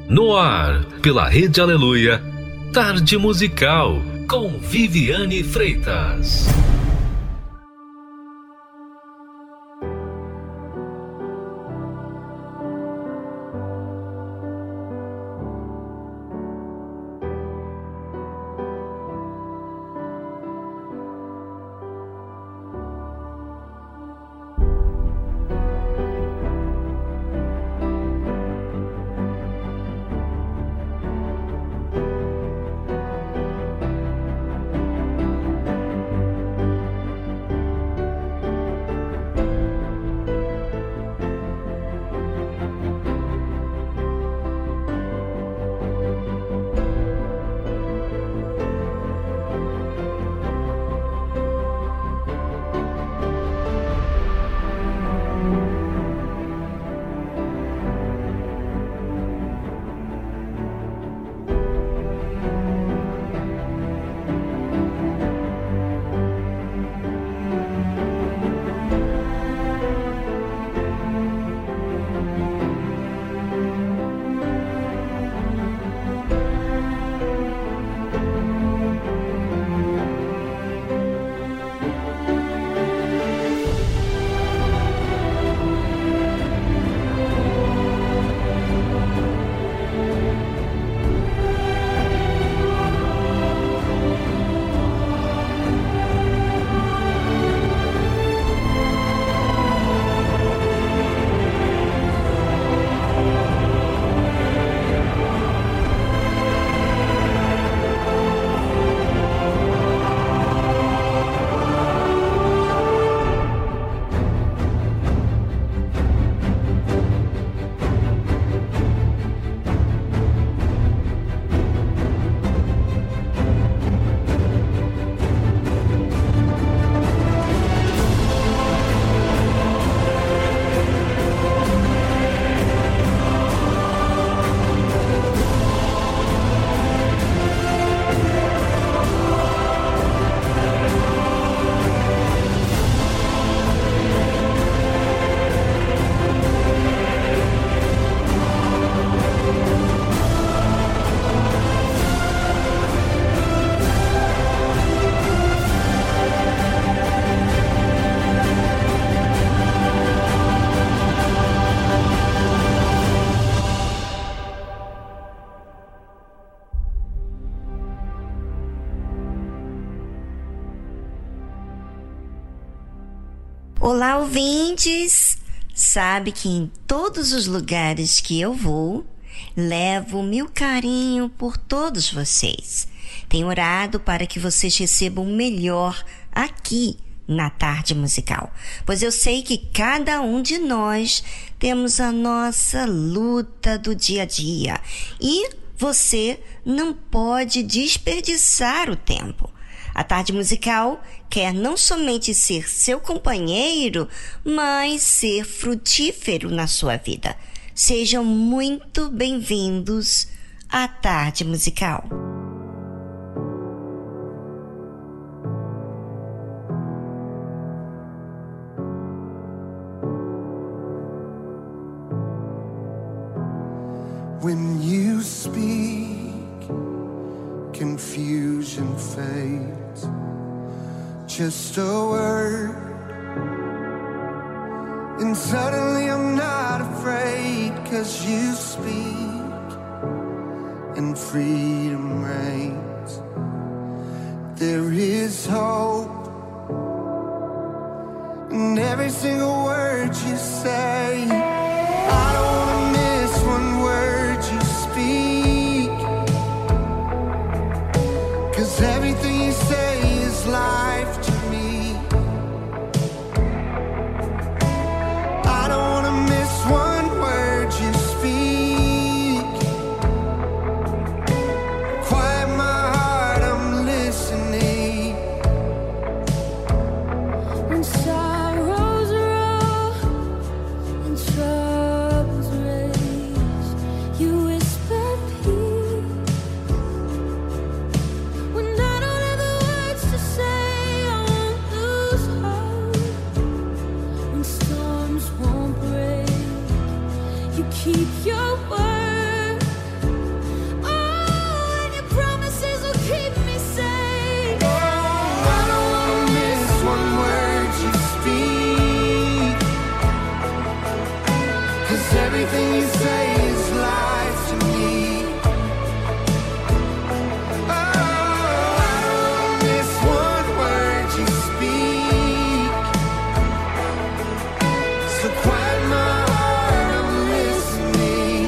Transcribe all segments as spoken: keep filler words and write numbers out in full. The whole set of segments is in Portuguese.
No ar, pela Rede Aleluia, Tarde Musical, com Viviane Freitas. Olá, ouvintes! Sabe que em todos os lugares que eu vou, levo meu carinho por todos vocês. Tenho orado para que vocês recebam o melhor aqui na Tarde Musical, pois eu sei que cada um de nós temos a nossa luta do dia a dia e você não pode desperdiçar o tempo. A Tarde Musical quer não somente ser seu companheiro, mas ser frutífero na sua vida. Sejam muito bem-vindos à Tarde Musical. When you speak, confusion fades. Just a word, and suddenly I'm not afraid, 'cause you speak and freedom reigns. There is hope in every single word you say. I don't wanna miss one word you speak, 'cause everything you say is life to me. I don't wanna miss one word you speak. Quiet my heart, I'm listening. When sorrows roll and troubles rage, you whisper peace. When I don't have the words to say, I won't lose hope. When storms won't break, you keep your word. everything you say is life to me. Oh, I don't miss one word you speak. So quiet my heart, I'm listening.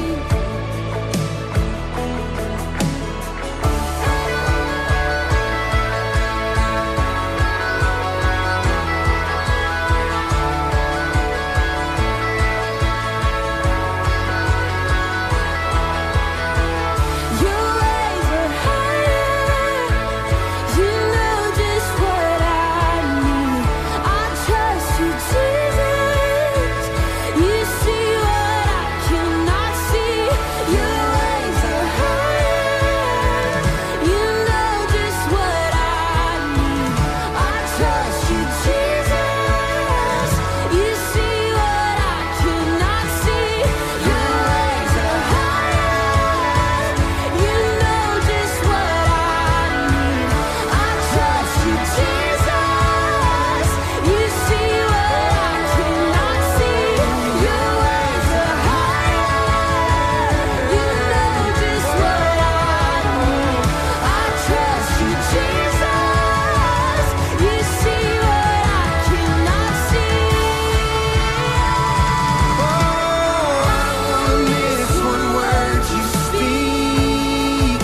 Your ways are higher. You know just what I need. I trust you, Jesus. You see what I cannot see. Your ways are higher. You know just what I need. I trust you, Jesus. You see what I cannot see. Your ways are higher. You know just what I need. I trust you, Jesus. You see what I cannot see. Your ways are higher. You know just what I need. I trust you, Jesus. You see what I cannot see. Oh, I don't wanna miss one word you speak.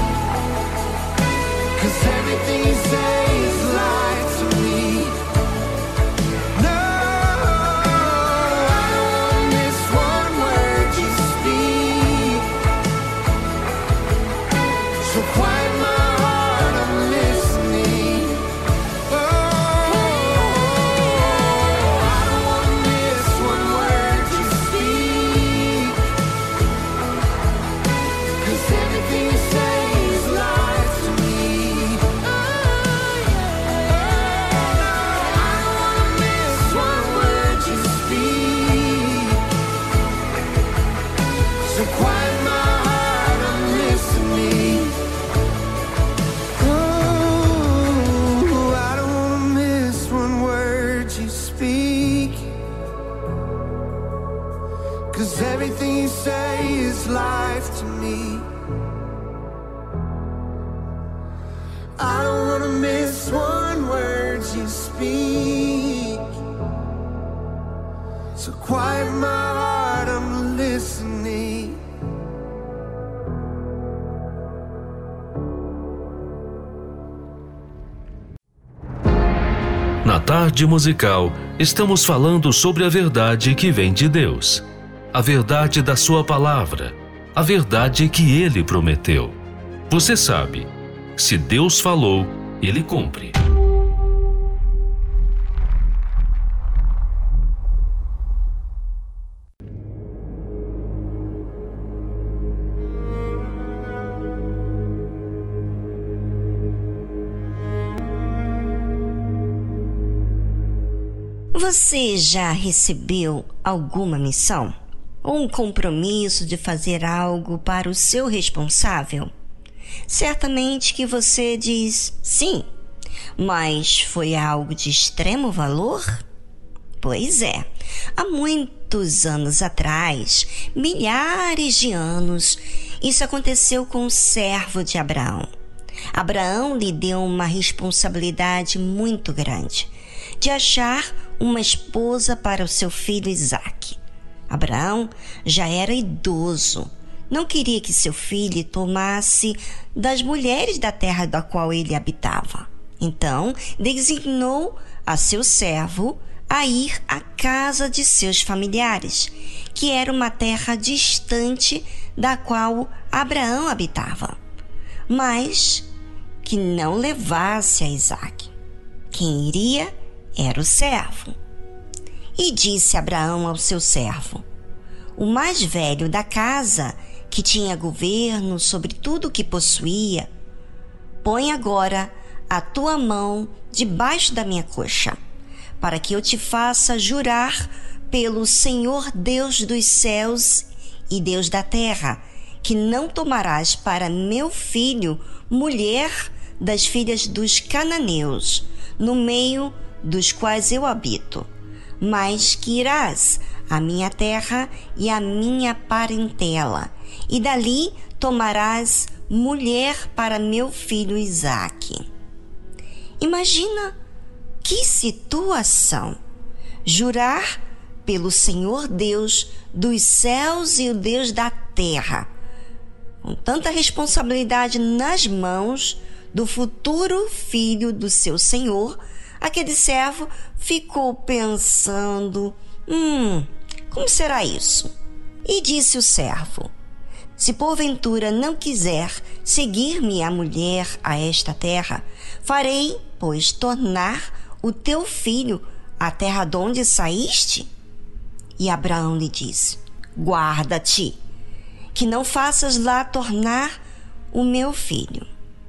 'Cause everything you say is life to me. No, I don't wanna miss one word you speak. So quiet my heart, I'm listening. Oh, I don't wanna miss one word you speak. 'Cause everything you say is life to me. Oh, I don't wanna miss one word you speak. So quiet my heart, I'm listening. Oh, I don't wanna miss one word you speak. 'Cause everything you say is life to me. I don't wanna miss one word you speak. So quiet my heart, I'm listening. Na tarde musical, estamos falando sobre a verdade que vem de Deus. A verdade da sua palavra. A verdade que Ele prometeu. Você sabe, se Deus falou, Ele cumpre. Você já recebeu alguma missão? Ou um compromisso de fazer algo para o seu responsável? Certamente que você diz sim, mas foi algo de extremo valor? Pois é, há muitos anos atrás, milhares de anos, isso aconteceu com o servo de Abraão. Abraão lhe deu uma responsabilidade muito grande, de achar uma esposa para o seu filho Isaque. Abraão já era idoso, não queria que seu filho tomasse das mulheres da terra da qual ele habitava. Então, designou a seu servo a ir à casa de seus familiares, que era uma terra distante da qual Abraão habitava, mas que não levasse a Isaque. Quem iria era o servo. E disse Abraão ao seu servo, o mais velho da casa, que tinha governo sobre tudo o que possuía, põe agora a tua mão debaixo da minha coxa, para que eu te faça jurar pelo Senhor Deus dos céus e Deus da terra, que não tomarás para meu filho mulher das filhas dos cananeus, no meio dos quais eu habito, mas que irás a minha terra e a minha parentela, e dali tomarás mulher para meu filho Isaque. Imagina que situação! Jurar pelo Senhor Deus dos céus e o Deus da terra, com tanta responsabilidade nas mãos do futuro filho do seu senhor, aquele servo ficou pensando, hum, como será isso? E disse o servo, se porventura não quiser seguir-me a mulher a esta terra, farei, pois, tornar o teu filho à terra de onde saíste? E Abraão lhe disse, guarda-te, que não faças lá tornar o meu filho.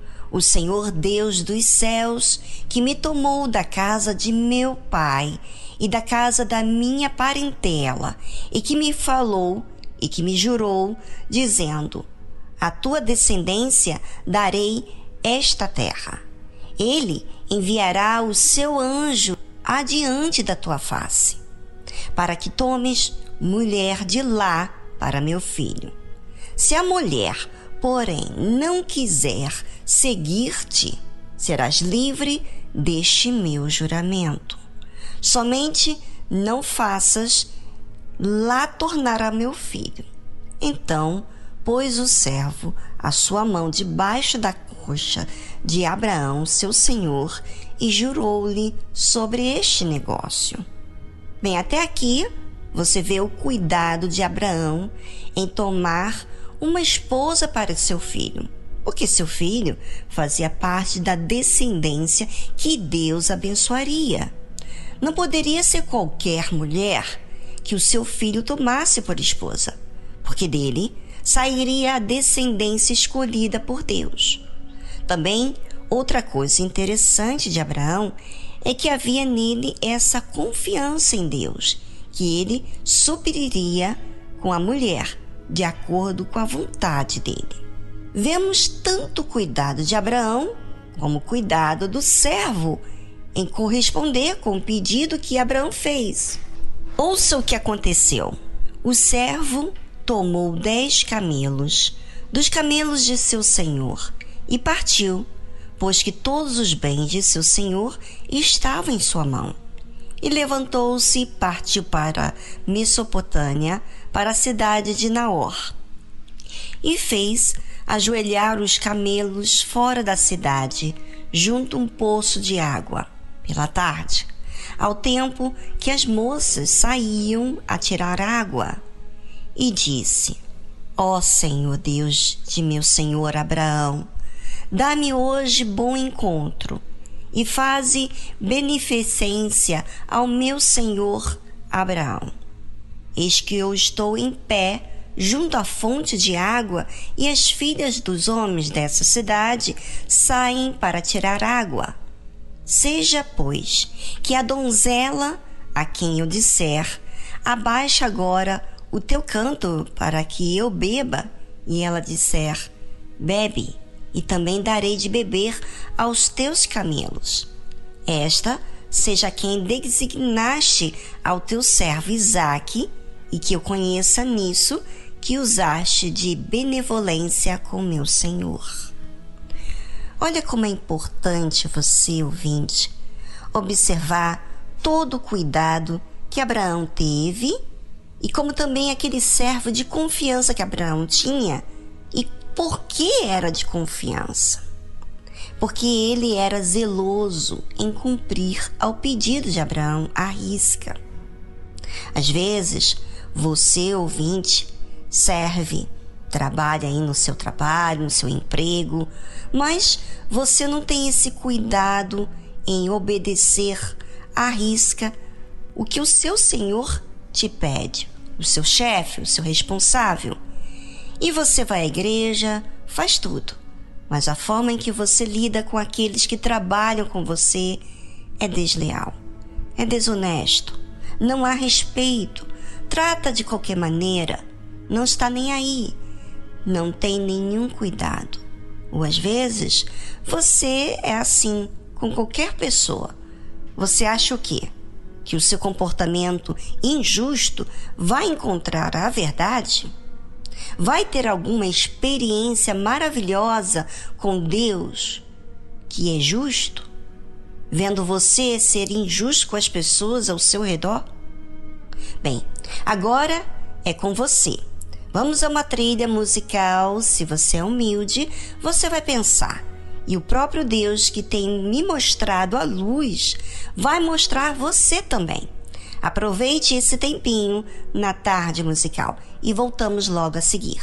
O Senhor Deus dos céus, que me tomou da casa de meu pai e da casa da minha parentela, e que me falou e que me jurou, dizendo, a tua descendência darei esta terra. Ele enviará o seu anjo adiante da tua face, para que tomes mulher de lá para meu filho. Se a mulher, porém, não quiser seguir-te, serás livre deste meu juramento. Somente não faças lá tornar a meu filho. Então pôs o servo a sua mão debaixo da coxa de Abraão, seu senhor, e jurou-lhe sobre este negócio. Bem, até aqui você vê o cuidado de Abraão em tomar uma esposa para seu filho, porque seu filho fazia parte da descendência que Deus abençoaria. Não poderia ser qualquer mulher que o seu filho tomasse por esposa, porque dele sairia a descendência escolhida por Deus. Também, outra coisa interessante de Abraão é que havia nele essa confiança em Deus, que ele supriria com a mulher, de acordo com a vontade dele. Vemos tanto cuidado de Abraão, como cuidado do servo em corresponder com o pedido que Abraão fez. Ouça o que aconteceu. O servo tomou dez camelos dos camelos de seu senhor e partiu, pois que todos os bens de seu senhor estavam em sua mão. E levantou-se e partiu para Mesopotâmia, para a cidade de Naor. E fez ajoelhar os camelos fora da cidade, junto a um poço de água, pela tarde, ao tempo que as moças saíam a tirar água. E disse, ó Senhor Deus de meu senhor Abraão, dá-me hoje bom encontro, e faze beneficência ao meu senhor Abraão. Eis que eu estou em pé junto à fonte de água, e as filhas dos homens dessa cidade saem para tirar água. Seja, pois, que a donzela, a quem eu disser, abaixa agora o teu canto para que eu beba, e ela disser, bebe, e também darei de beber aos teus camelos. Esta seja quem designaste ao teu servo Isaque, e que eu conheça nisso que usaste de benevolência com meu senhor. Olha como é importante você, ouvinte, observar todo o cuidado que Abraão teve e como também aquele servo de confiança que Abraão tinha. E por que era de confiança? Porque ele era zeloso em cumprir ao pedido de Abraão à risca. Às vezes, você, ouvinte, serve, trabalha aí no seu trabalho, no seu emprego, mas você não tem esse cuidado em obedecer à risca o que o seu senhor te pede, o seu chefe, o seu responsável. E você vai à igreja, faz tudo, mas a forma em que você lida com aqueles que trabalham com você é desleal, é desonesto, não há respeito, trata de qualquer maneira, não está nem aí, não tem nenhum cuidado. Ou às vezes, você é assim com qualquer pessoa. Você acha o quê? que o seu comportamento injusto vai encontrar a verdade? Vai ter alguma experiência maravilhosa com Deus, que é justo, vendo você ser injusto com as pessoas ao seu redor? Bem, agora é com você. Vamos a uma trilha musical. Se você é humilde, você vai pensar. E o próprio Deus que tem me mostrado a luz vai mostrar você também. Aproveite esse tempinho na tarde musical e voltamos logo a seguir.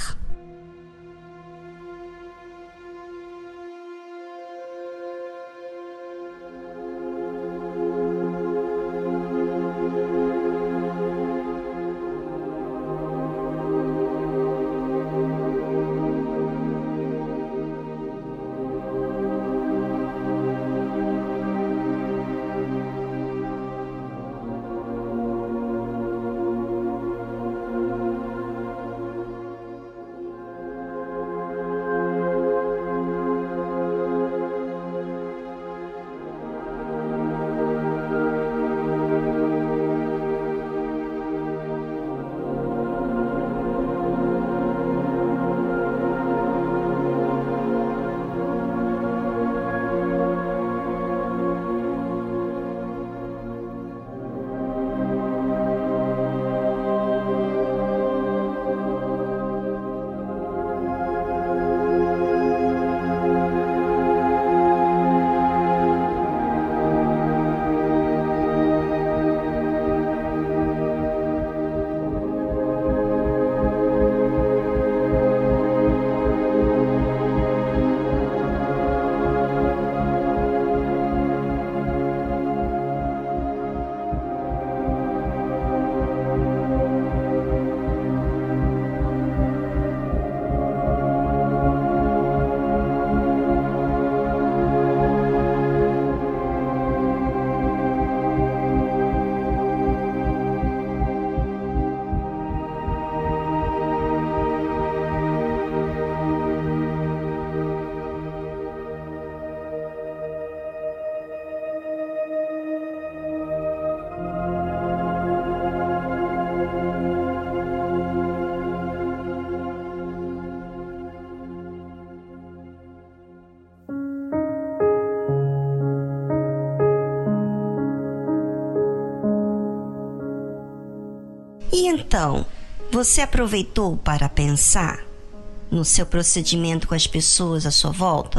E então, você aproveitou para pensar no seu procedimento com as pessoas à sua volta?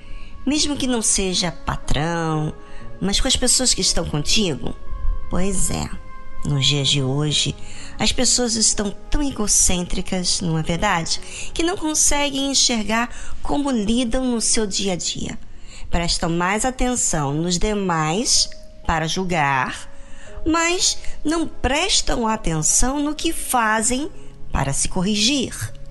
Mesmo que não seja patrão, mas com as pessoas que estão contigo? Pois é, nos dias de hoje, as pessoas estão tão egocêntricas, não é verdade? Que não conseguem enxergar como lidam no seu dia a dia. Prestam mais atenção nos demais para julgar, mas não prestam atenção no que fazem para se corrigir.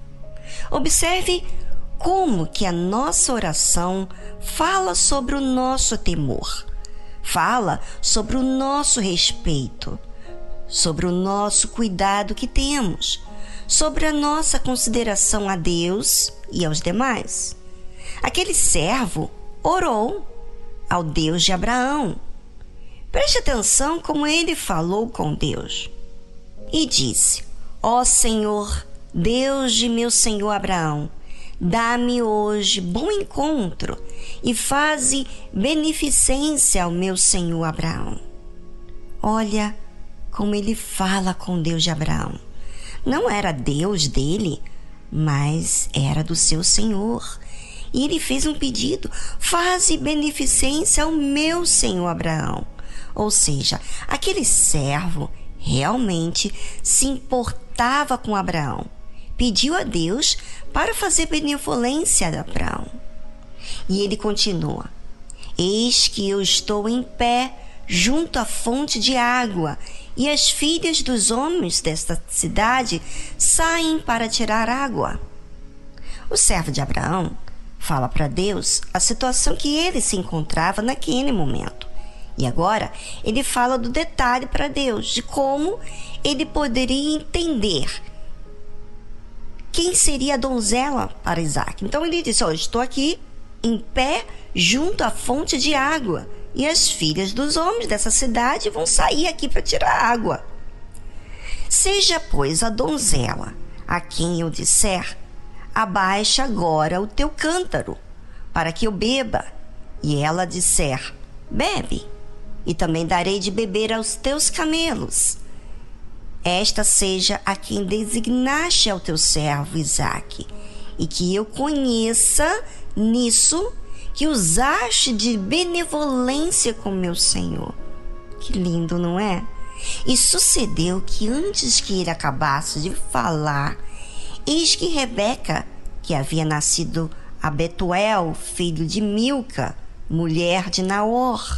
Observe como que a nossa oração fala sobre o nosso temor, fala sobre o nosso respeito, sobre o nosso cuidado que temos, sobre a nossa consideração a Deus e aos demais. Aquele servo orou ao Deus de Abraão. Preste atenção como ele falou com Deus. E disse: ó Senhor, Deus de meu senhor Abraão, dá-me hoje bom encontro e faze beneficência ao meu senhor Abraão. Olha como ele fala com Deus de Abraão. Não era Deus dele, mas era do seu senhor. E ele fez um pedido: faze beneficência ao meu senhor Abraão. Ou seja, aquele servo realmente se importava com Abraão. Pediu a Deus para fazer benevolência a Abraão. E ele continua: eis que eu estou em pé junto à fonte de água, e as filhas dos homens desta cidade saem para tirar água. O servo de Abraão fala para Deus a situação que ele se encontrava naquele momento. E agora ele fala do detalhe para Deus, de como ele poderia entender quem seria a donzela para Isaac. Então ele disse: oh, estou aqui em pé junto à fonte de água, e as filhas dos homens dessa cidade vão sair aqui para tirar água. Seja, pois, a donzela a quem eu disser: abaixa agora o teu cântaro, para que eu beba, e ela disser: bebe, e também darei de beber aos teus camelos. Esta seja a quem designaste ao teu servo Isaque, e que eu conheça nisso que usaste de benevolência com meu senhor. Que lindo, não é? E sucedeu que antes que ele acabasse de falar, eis que Rebeca, que havia nascido a Betuel, filho de Milca, mulher de Naor,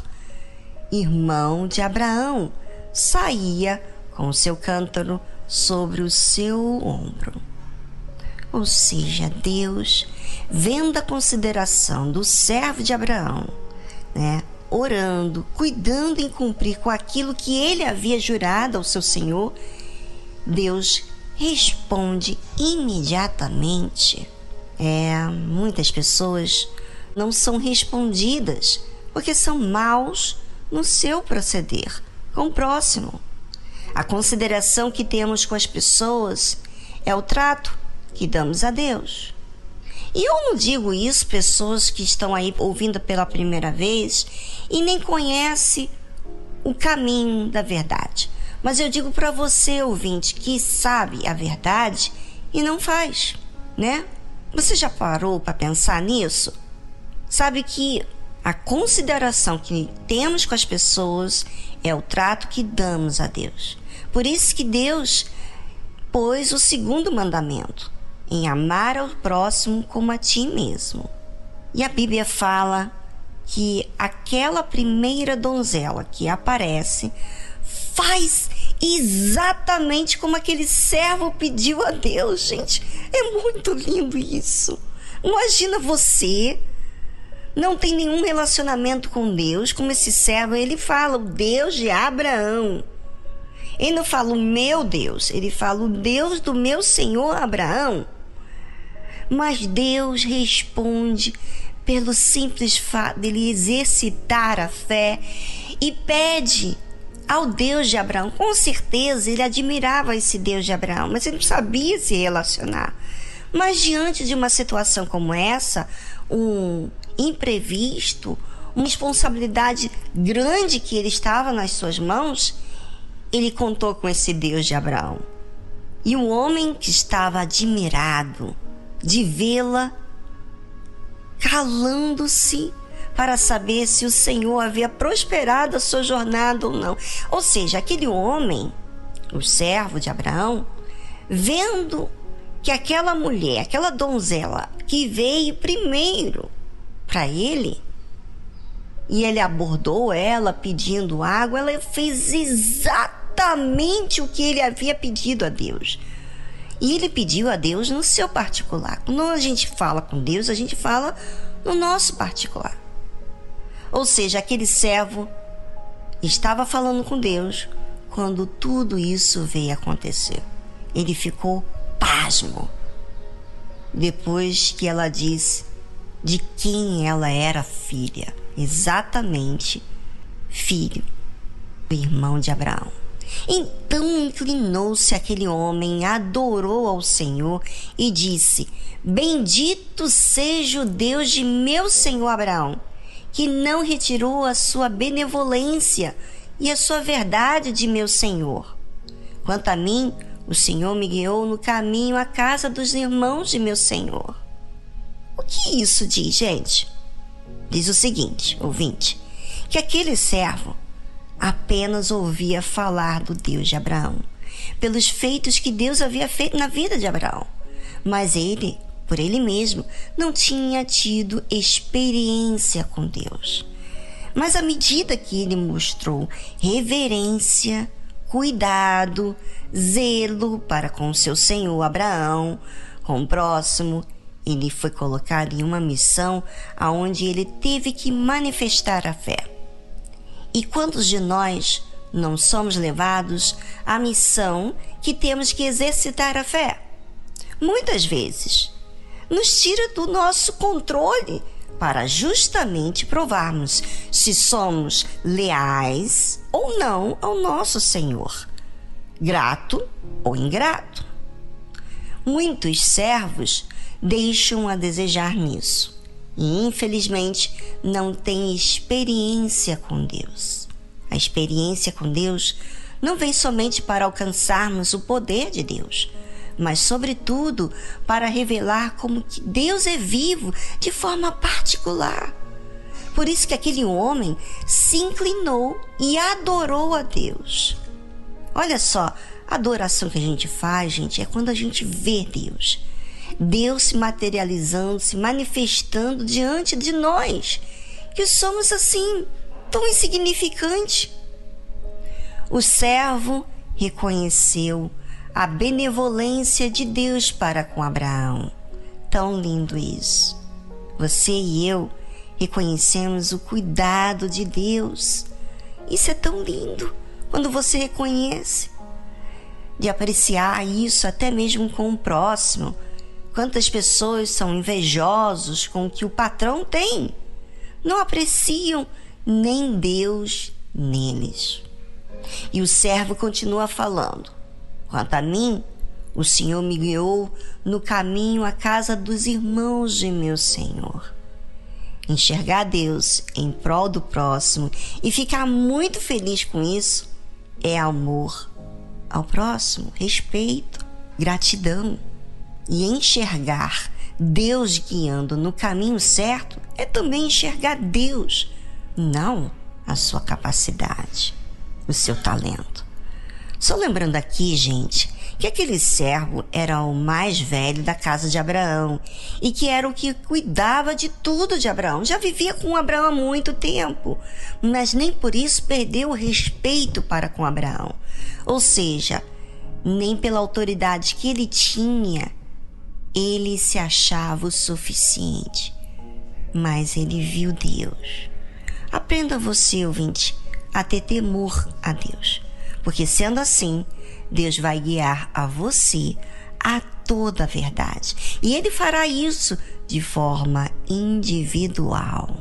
irmão de Abraão, saía com o seu cântaro sobre o seu ombro. Ou seja, Deus, vendo a consideração do servo de Abraão, né, orando, cuidando em cumprir com aquilo que ele havia jurado ao seu Senhor, Deus responde imediatamente. É, muitas pessoas não são respondidas porque são maus no seu proceder com o próximo. A consideração que temos com as pessoas é o trato que damos a Deus. E eu não digo isso pessoas que estão aí ouvindo pela primeira vez e nem conhecem o caminho da verdade. Mas eu digo para você, ouvinte, que sabe a verdade e não faz, né? Você já parou para pensar nisso? Sabe que a consideração que temos com as pessoas é o trato que damos a Deus. Por isso que Deus pôs o segundo mandamento, em amar ao próximo como a ti mesmo. E a Bíblia fala que aquela primeira donzela que aparece faz exatamente como aquele servo pediu a Deus. Gente, é muito lindo isso. Imagina você não tem nenhum relacionamento com Deus, como esse servo. Ele fala o Deus de Abraão. Ele não fala o meu Deus, ele fala o Deus do meu Senhor Abraão. Mas Deus responde pelo simples fato dele exercitar a fé e pede ao Deus de Abraão. Com certeza ele admirava esse Deus de Abraão, mas ele não sabia se relacionar. Mas diante de uma situação como essa, um imprevisto, uma responsabilidade grande que ele estava nas suas mãos, ele contou com esse Deus de Abraão. E o homem que estava admirado de vê-la, calando-se para saber se o Senhor havia prosperado a sua jornada ou não. Ou seja, aquele homem, o servo de Abraão, vendo que aquela mulher, aquela donzela que veio primeiro para ele, e ele abordou ela pedindo água, ela fez exatamente o que ele havia pedido a Deus. E ele pediu a Deus no seu particular. Quando a gente fala com Deus, a gente fala no nosso particular. Ou seja, aquele servo estava falando com Deus quando tudo isso veio acontecer. Ele ficou pasmo depois que ela disse de quem ela era filha. Exatamente, filho do irmão de Abraão. Então inclinou-se aquele homem, adorou ao Senhor e disse: bendito seja o Deus de meu senhor Abraão, que não retirou a sua benevolência e a sua verdade de meu senhor. Quanto a mim, o Senhor me guiou no caminho à casa dos irmãos de meu senhor. O que isso diz, gente? Diz o seguinte, ouvinte, que aquele servo apenas ouvia falar do Deus de Abraão, pelos feitos que Deus havia feito na vida de Abraão. Mas ele, por ele mesmo, não tinha tido experiência com Deus. Mas à medida que ele mostrou reverência, cuidado, zelo para com seu senhor Abraão, com o próximo, ele foi colocado em uma missão aonde ele teve que manifestar a fé. E quantos de nós não somos levados à missão que temos que exercitar a fé? Muitas vezes nos tira do nosso controle para justamente provarmos se somos leais ou não ao nosso Senhor, grato ou ingrato. Muitos servos deixam a desejar nisso e, infelizmente, não têm experiência com Deus. A experiência com Deus não vem somente para alcançarmos o poder de Deus, mas, sobretudo, para revelar como que Deus é vivo de forma particular. Por isso que aquele homem se inclinou e adorou a Deus. Olha só, a adoração que a gente faz, gente, é quando a gente vê Deus. Deus se materializando, se manifestando diante de nós, que somos assim, tão insignificantes. O servo reconheceu a benevolência de Deus para com Abraão. Tão lindo isso. Você e eu reconhecemos o cuidado de Deus. Isso é tão lindo quando você reconhece. De apreciar isso até mesmo com o próximo. Quantas pessoas são invejosos com o que o patrão tem. Não apreciam nem Deus neles. E o servo continua falando: quanto a mim, o Senhor me guiou no caminho à casa dos irmãos de meu Senhor. Enxergar Deus em prol do próximo e ficar muito feliz com isso é amor ao próximo, respeito, gratidão. E enxergar Deus guiando no caminho certo é também enxergar Deus, não a sua capacidade, o seu talento. Só lembrando aqui, gente, que aquele servo era o mais velho da casa de Abraão e que era o que cuidava de tudo de Abraão. Já vivia com Abraão há muito tempo, mas nem por isso perdeu o respeito para com Abraão. Ou seja, nem pela autoridade que ele tinha, ele se achava o suficiente. Mas ele viu Deus. Aprenda você, ouvinte, a ter temor a Deus. Porque sendo assim, Deus vai guiar a você a toda a verdade. E Ele fará isso de forma individual.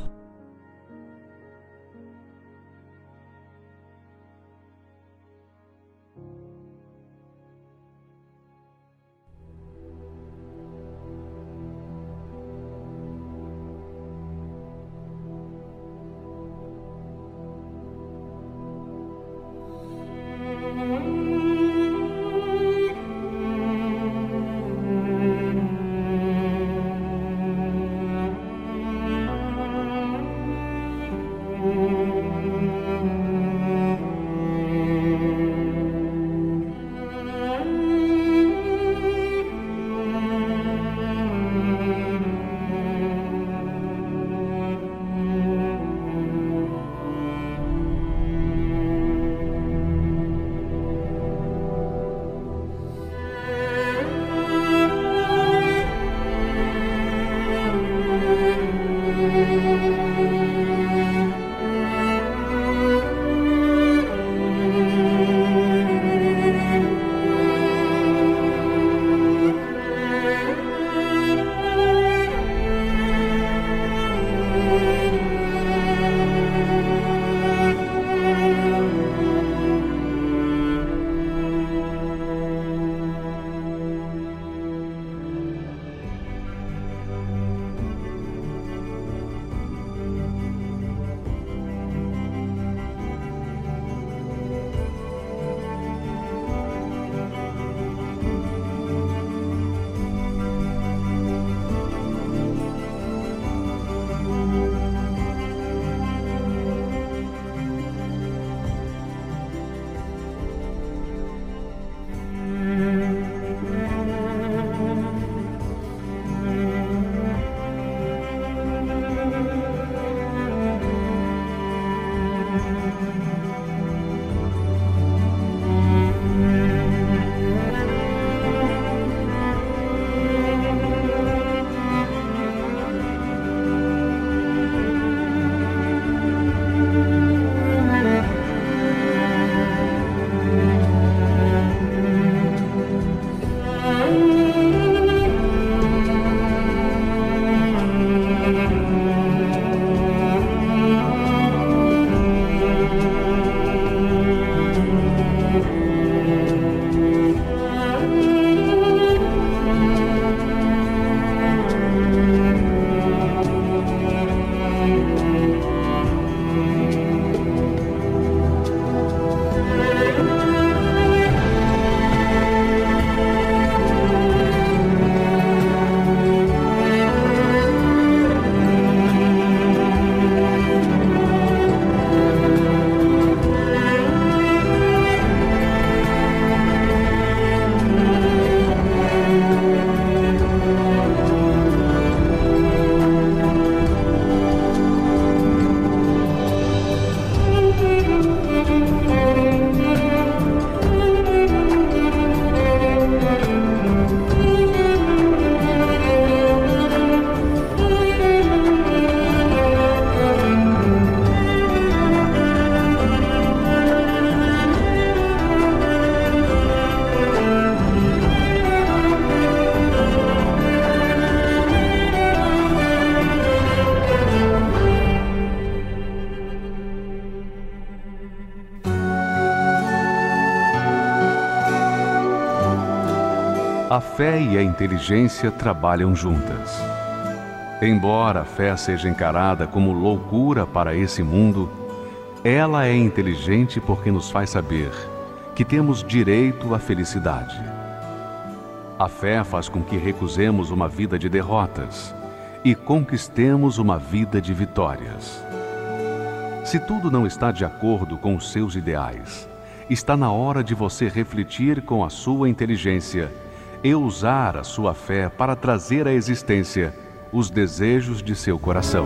A fé e a inteligência trabalham juntas. Embora a fé seja encarada como loucura para esse mundo, ela é inteligente porque nos faz saber que temos direito à felicidade. A fé faz com que recusemos uma vida de derrotas e conquistemos uma vida de vitórias. Se tudo não está de acordo com os seus ideais, está na hora de você refletir com a sua inteligência e usar a sua fé para trazer à existência os desejos de seu coração.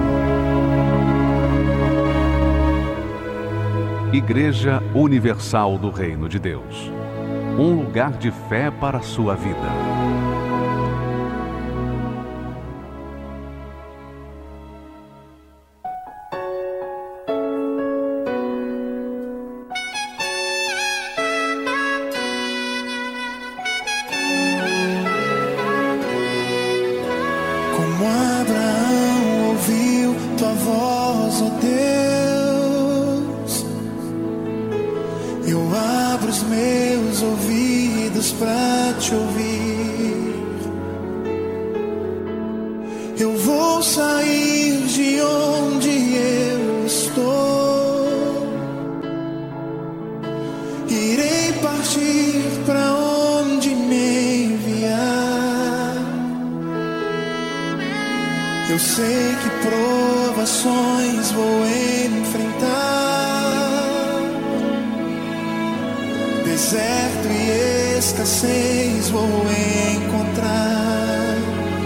Igreja Universal do Reino de Deus. Um lugar de fé para a sua vida. Como Abraão ouviu tua voz, ó Deus, eu abro os meus ouvidos pra te ouvir. Eu vou sair de onde eu estou, irei partir pra onde me enviar. Eu sei que provações vou enfrentar, deserto e escassez vou encontrar,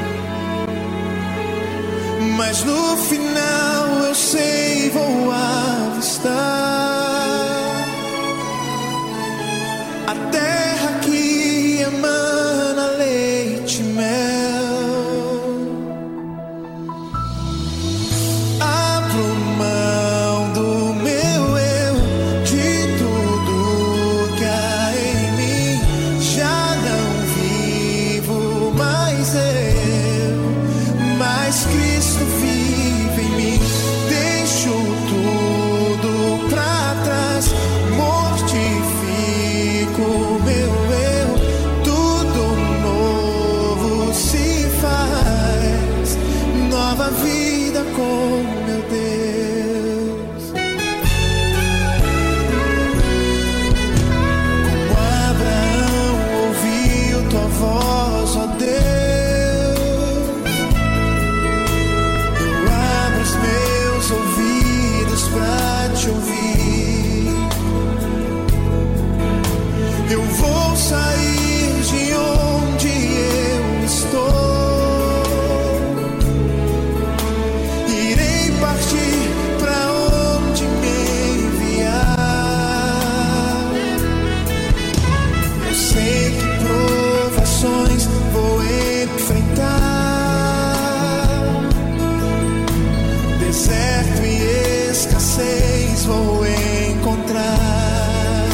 mas no final eu sei vou avistar a terra que emana leite e mel. Abro mão do meu eu, de tudo que há em mim. Já não vivo mais eu, mas Cristo vive em mim. Deixo tudo pra trás, mortifico meu eu, tudo novo se faz, nova vida com meu Deus. Como Abraão ouviu tua voz, ó Deus, eu abro os meus ouvidos pra te ouvir. Eu vou sair de onde eu estou, irei partir pra onde me enviar. Eu sei que provações vou enfrentar, deserto e escassez vou encontrar,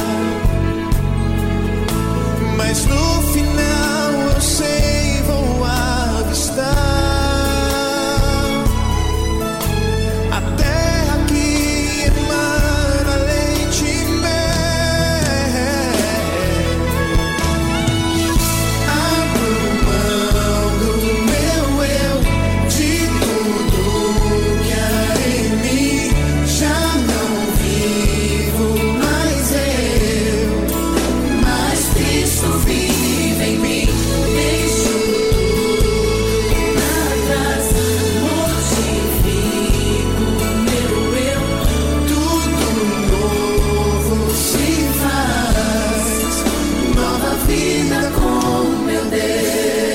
mas no final eu sei vou avistar a terra que emana leite e mel. Abro mão do meu eu, de tudo que há em mim. Já não vivo mais eu, mas Cristo vive em mim. Deixo pra trás, mortifico meu eu, tudo novo se faz, nova vida com meu Deus.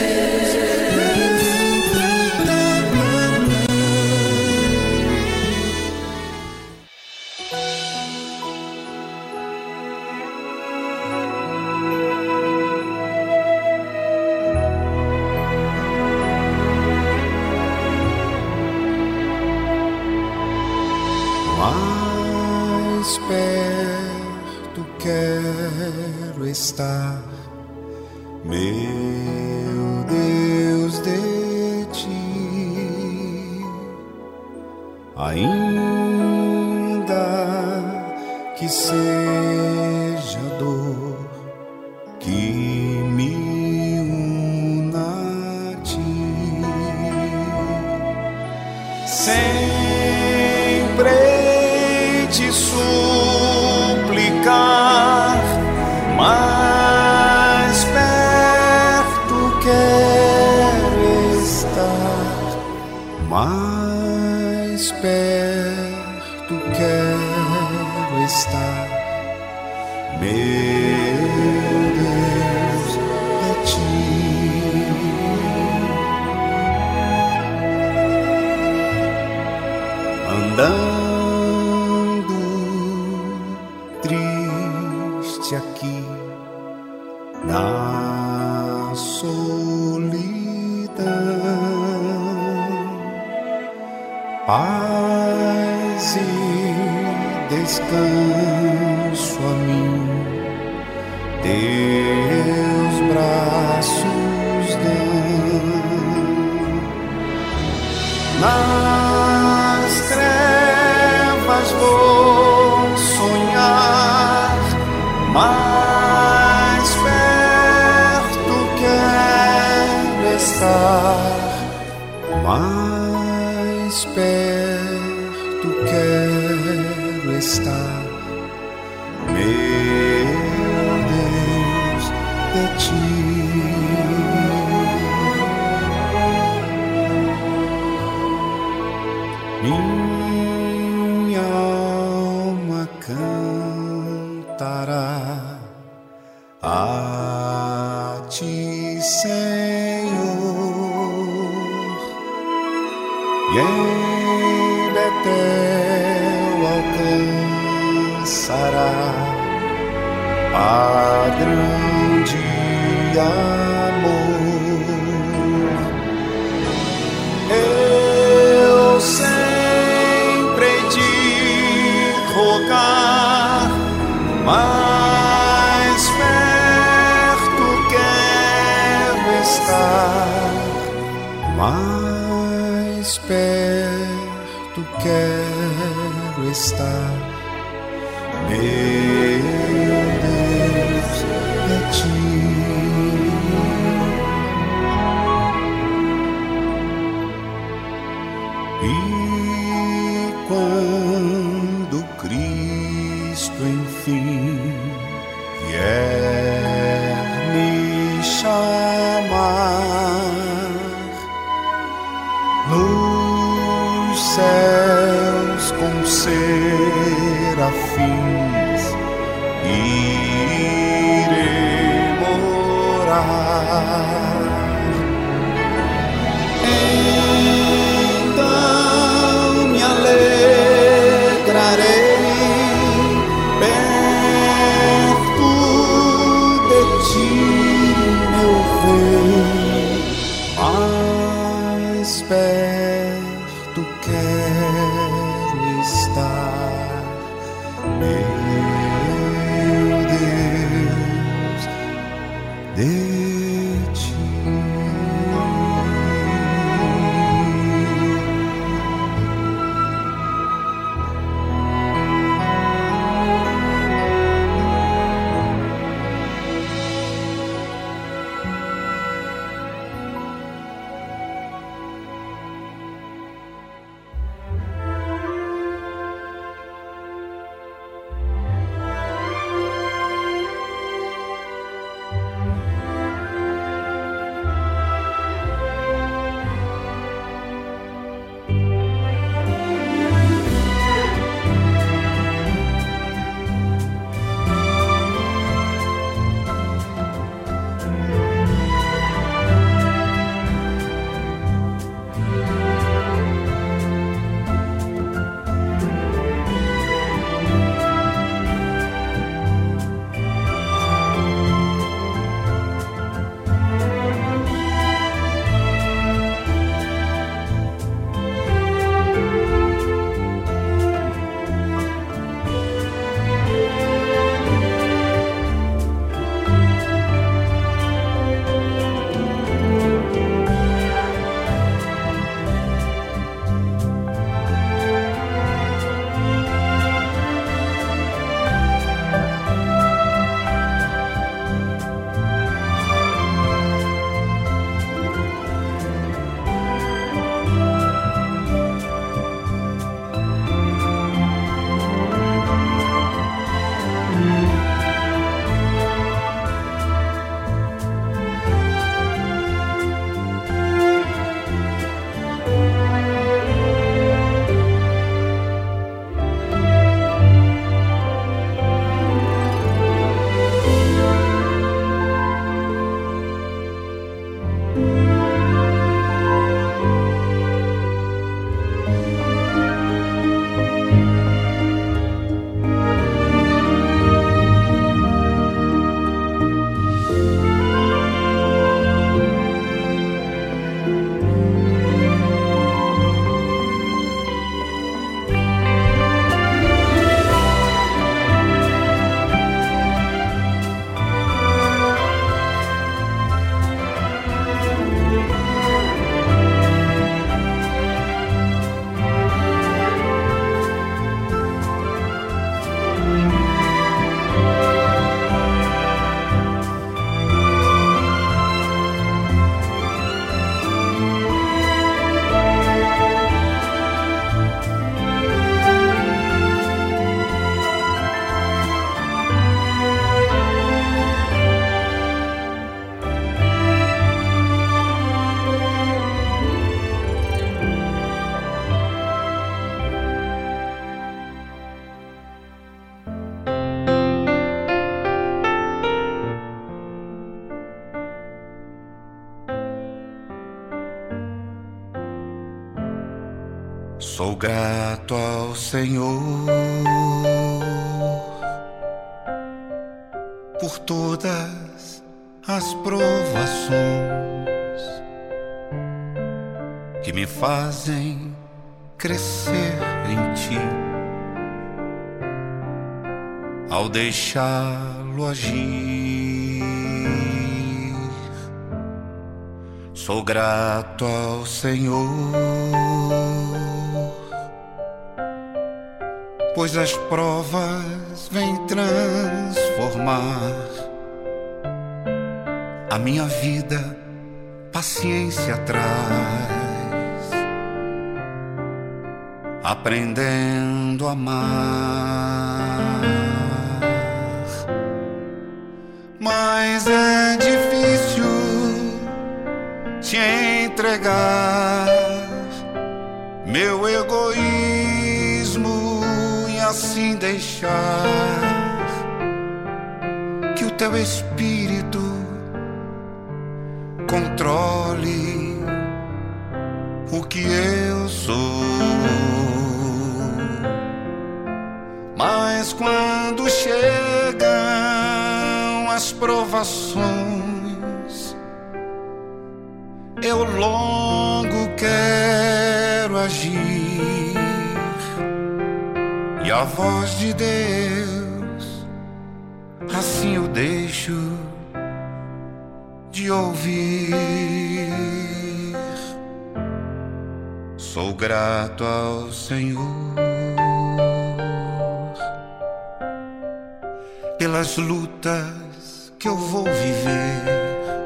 Mais perto quero estar, meu Deus, de ti. Ainda que seja dor que me sempre te suplicar, mais perto quero estar, mais perto quero estar, meu Deus, de ti. Andando triste aqui na solidão, paz e descanso a mim teus braços dão. Nas trevas vou sonhar, mais perto quero estar, mais perto quero estar, meu Deus, de ti. Minha alma cantará a ti, Senhor, e em Betel alcançará a grande amor. Eu sempre de rogar, mais perto quero estar, mais perto quero estar, meu Deus, de ti. E quando Cristo enfim vier me chamar, nos céus com serafins irei morar. Então me alegrarei perto de ti, meu Rei, mais perto quero estar, meu Deus, de ti. Sou grato ao Senhor por todas as provações que me fazem crescer em Ti, ao deixá-lo agir. Sou grato ao Senhor, pois as provas vêm transformar a minha vida, paciência traz, aprendendo a amar. Mas é difícil te entregar meu egoísmo e assim deixar que o teu Espírito controle o que eu sou. Mas quando chegam as provações, eu logo quero agir, e a voz de Deus assim eu deixo de ouvir. Sou grato ao Senhor pelas lutas que eu vou viver.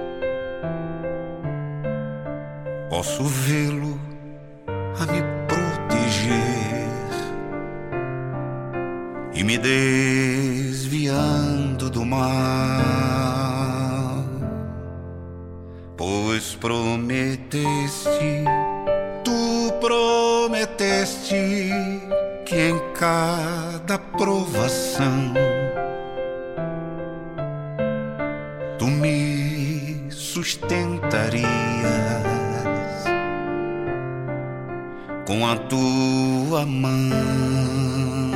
Posso vê-lo a me proteger e me desviando do mal, pois prometeste, tu prometeste que em cada provação tu me sustentarias com a tua mão.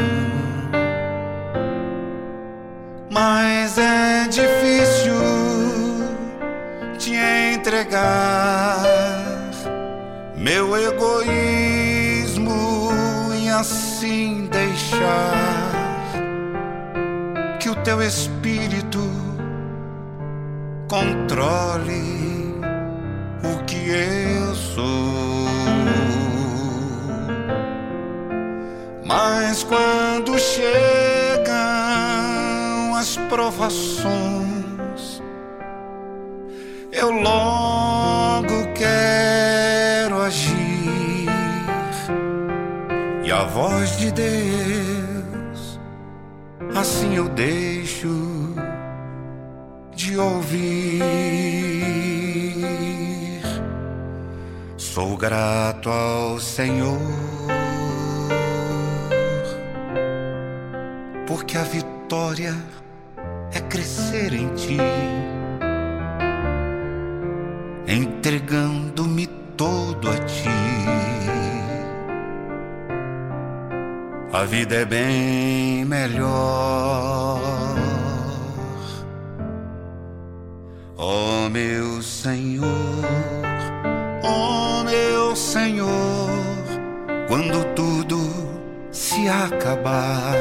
Mas é difícil te entregar meu egoísmo e assim deixar que o teu Espírito controle o que eu sou. Mas quando chegam as provações, eu logo quero agir, e a voz de Deus assim eu deixo de ouvir. Sou grato ao Senhor, porque a vitória é crescer em Ti, entregando-me todo a Ti. A vida é bem melhor, ó meu Senhor, ó meu Senhor, quando tudo se acabar,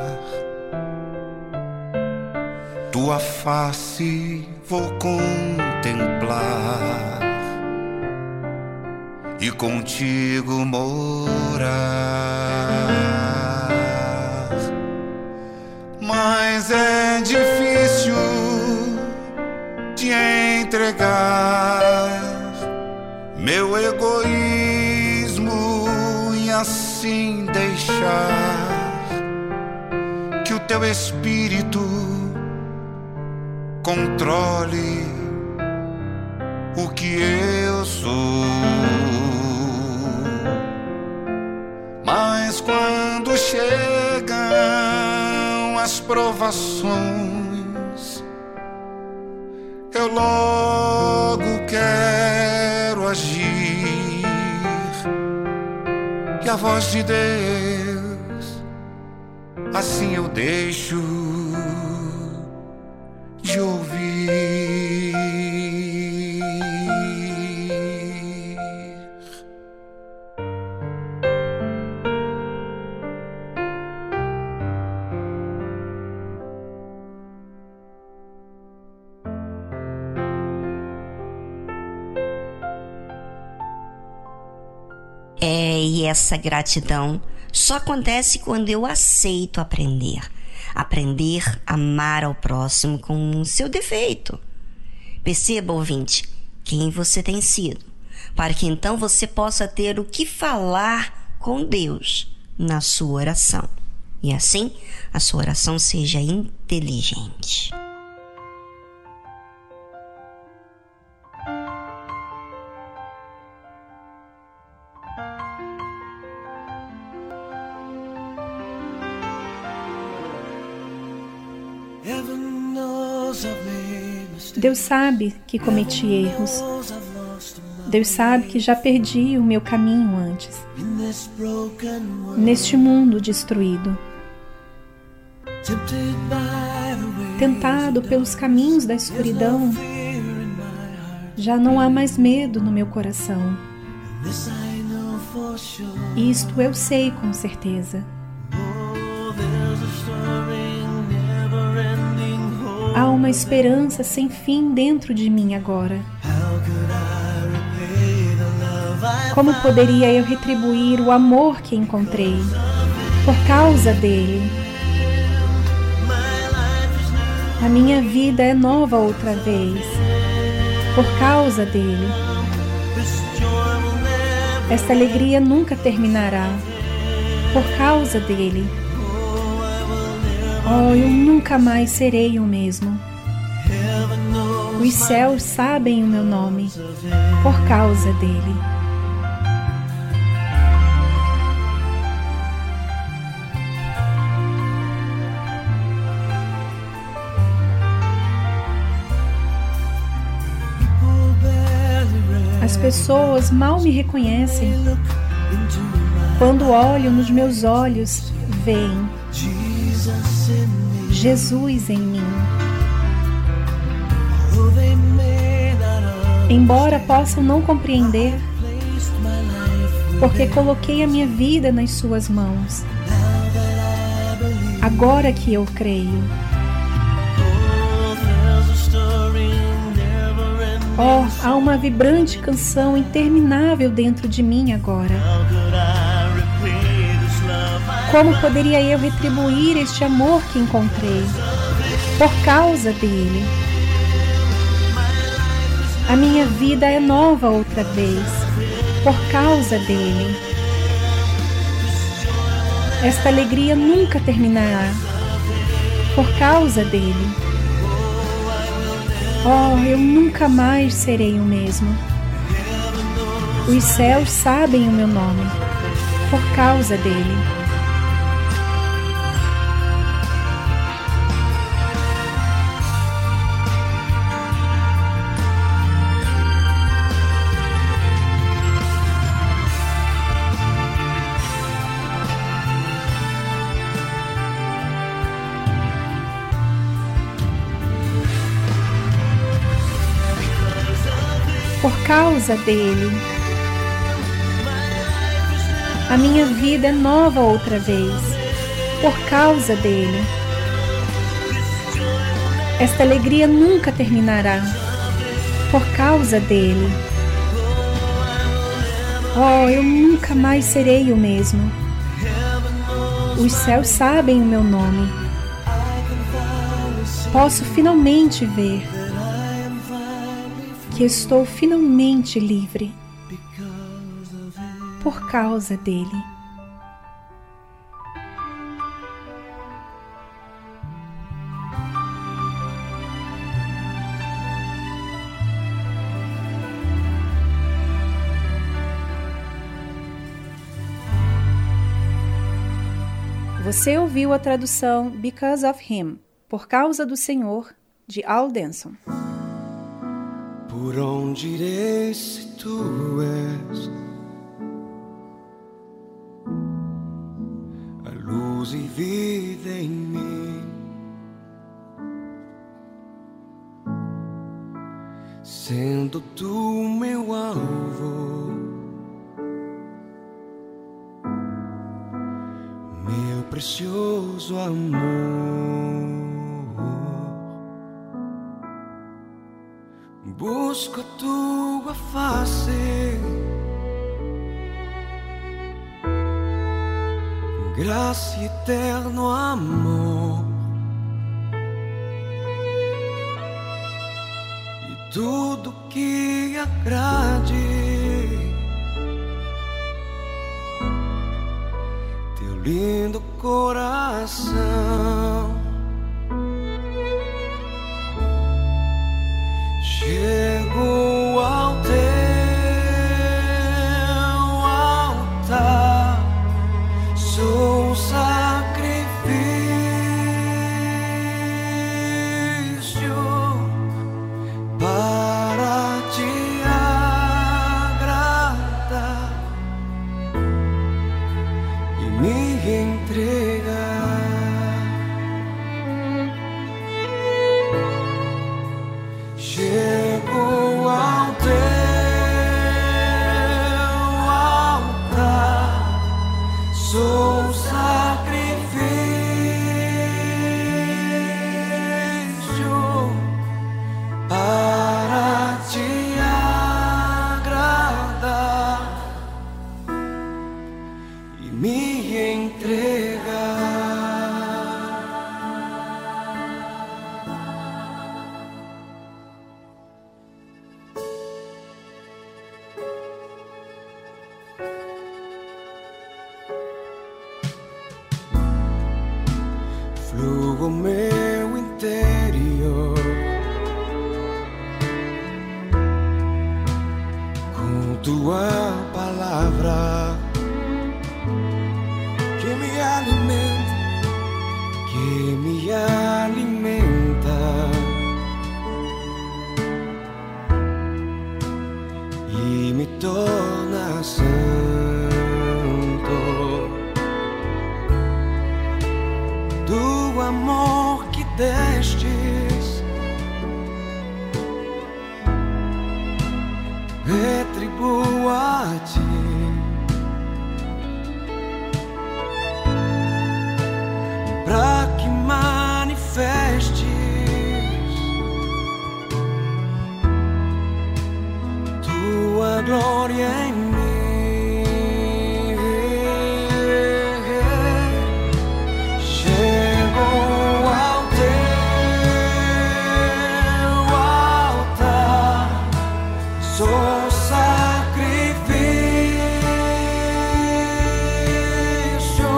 tua face vou contemplar e contigo morar. Mas é difícil te entregar meu egoísmo e assim deixar que o teu Espírito controle o que eu sou. Mas quando chegam as provações, eu logo quero agir, e a voz de Deus, assim eu deixo de ouvir. É, e essa gratidão só acontece quando eu aceito aprender. Aprender a amar ao próximo com o seu defeito. Perceba, ouvinte, quem você tem sido, para que então você possa ter o que falar com Deus na sua oração. E assim, a sua oração seja inteligente. Deus sabe que cometi erros. Deus sabe que já perdi o meu caminho antes, neste mundo destruído. Tentado pelos caminhos da escuridão, já não há mais medo no meu coração. Isto eu sei com certeza. Há uma esperança sem fim dentro de mim agora. Como poderia eu retribuir o amor que encontrei por causa dele? A minha vida é nova outra vez por causa dele. Esta alegria nunca terminará por causa dele. Oh, eu nunca mais serei o mesmo. Os céus sabem o meu nome por causa dele. As pessoas mal me reconhecem. Quando olham nos meus olhos, veem Jesus em mim. Embora possam não compreender, porque coloquei a minha vida nas suas mãos. Agora que eu creio. Oh, há uma vibrante canção interminável dentro de mim agora. Como poderia eu retribuir este amor que encontrei por causa dele? A minha vida é nova outra vez por causa dele. Esta alegria nunca terminará por causa dele. Oh, eu nunca mais serei o mesmo. Os céus sabem o meu nome por causa dele. Por causa dele. A minha vida é nova outra vez, por causa dele. Esta alegria nunca terminará, por causa dele. Oh, eu nunca mais serei o mesmo. Os céus sabem o meu nome. Posso finalmente ver que estou finalmente livre por causa dele. Você ouviu a tradução Because of Him, Por Causa do Senhor, de Al Denson. Por onde irei se tu és luz e vida em mim. Sendo tu meu alvo, meu precioso amor, busco a tua face, graça e eterno amor, e tudo que agrade teu lindo coração. Chego ao teu altar, sou um sacrifício para te agradar e me entregar. Chego ao teu altar, sou um sacrifício para te agradar e me entregar. Flugo meu interior com tua palavra que me alimenta, que me alimenta e me torna santo. Do amor que destes, retribuo a ti. Pra que manifestes tua glória em mim. Chego ao teu altar, sou sacrifício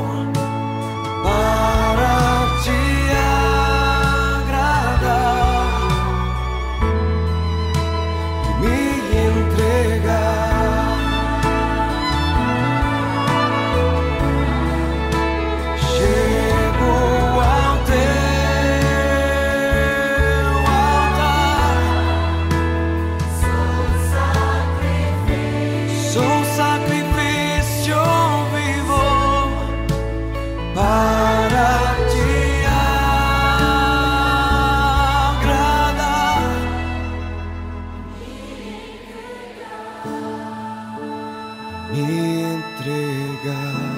para te agradar e me entregar. Chego ao teu altar, sou um sacrifício vivo para te agradar, me entregar.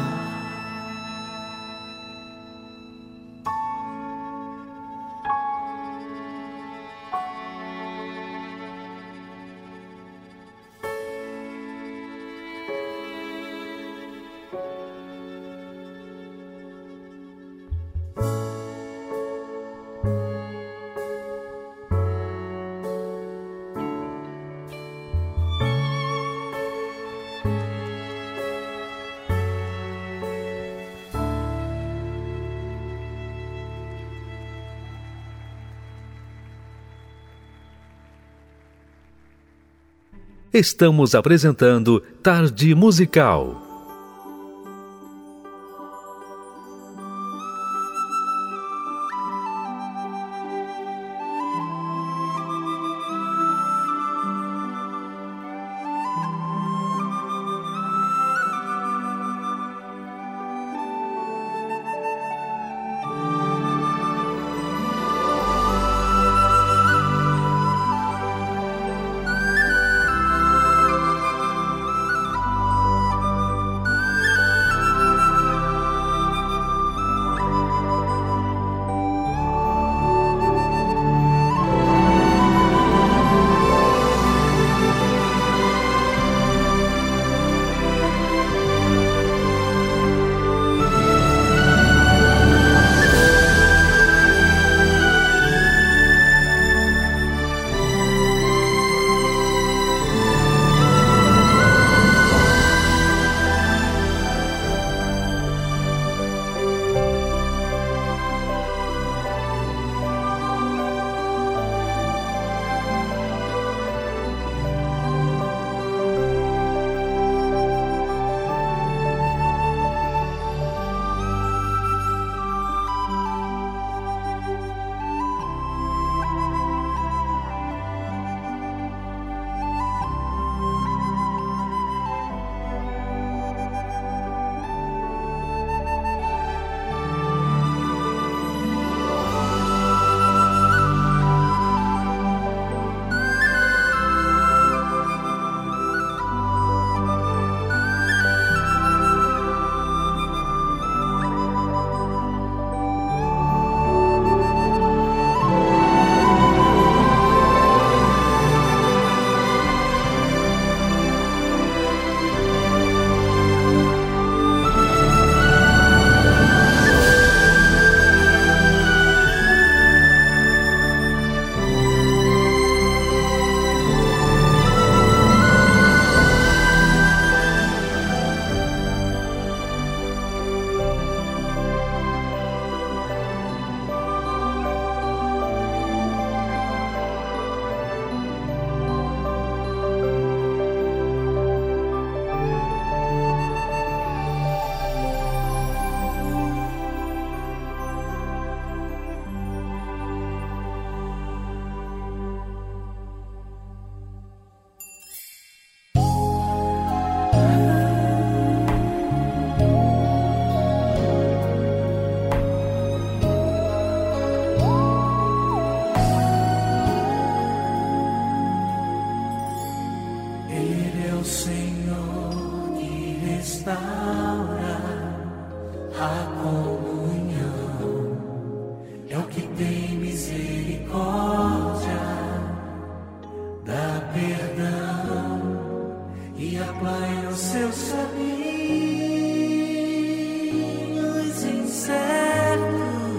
Estamos apresentando Tarde Musical. restaura a comunhão, é o que tem misericórdia, dá perdão e aplana os seus caminhos incertos.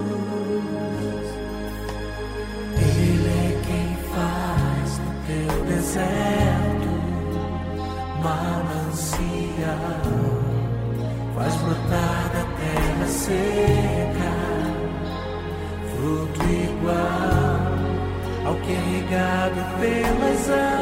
Ele é quem faz no teu deserto manancial, faz brotar da terra seca fruto igual ao que é regado pelas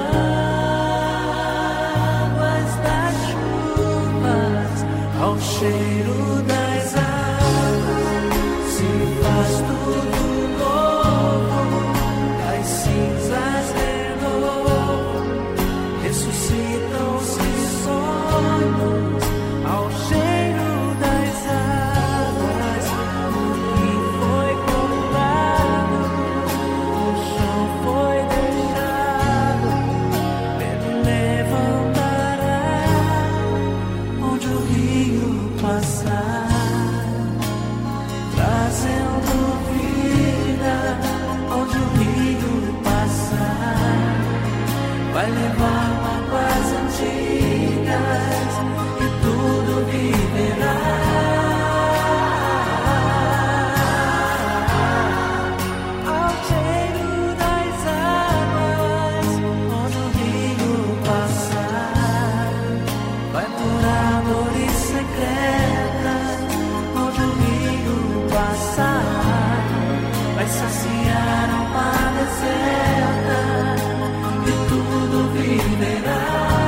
águas das chuvas, ao cheiro das águas, se faz tudo novo, as cinzas de novo, ressuscitam-se sonhos, ao cheiro das águas, o que foi cortado, o chão foi deixado, ele levantará onde o rio passar, trazendo vida onde o rio passar, vai levar mágoas antigas e tudo viverá. Ao cheiro das águas, onde o rio passar, vai curar dores secretas, onde o rio passar, vai saciar alma deserta e tudo viverá.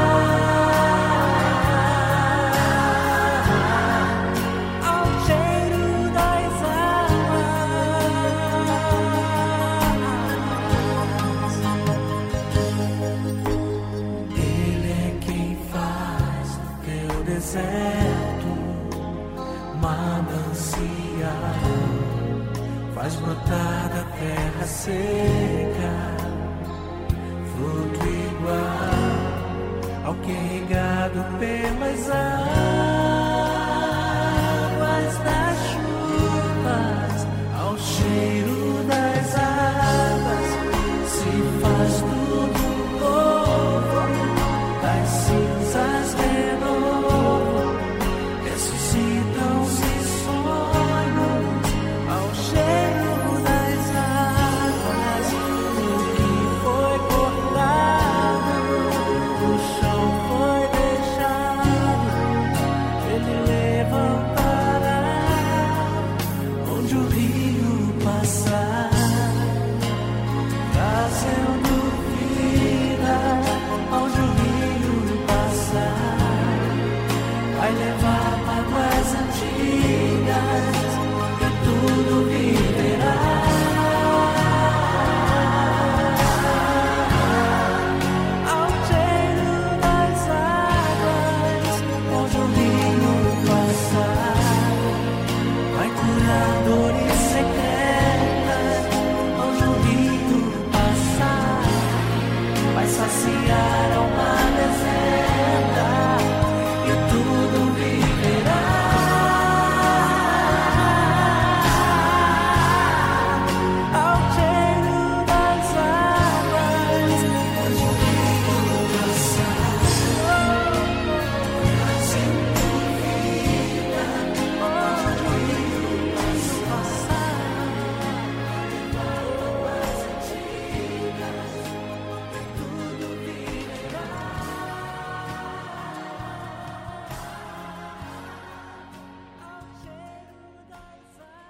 Ao cheiro das águas, ele é quem faz no teu deserto manancial, faz brotar da terra seca fruto igual ao que é regado pelas águas das chuvas, ao cheiro das águas, se faz tudo novo, das cinzas de novo, ressuscitam-se sonhos, ao cheiro das águas, o que foi cortado, o chão foi deixado, ele levantará onde o rio passar, trazendo vida onde o rio passar, vai levar mágoas antigas e tudo viverá. Ao cheiro das águas, onde o rio passar, vai curar dores secretas, onde o rio passar, vai saciar alma deserta e tudo viverá. Ao cheiro das águas, onde o rio passar, trazendo vida, onde o rio passar, mágoas antigas e tudo viverá. Ao cheiro das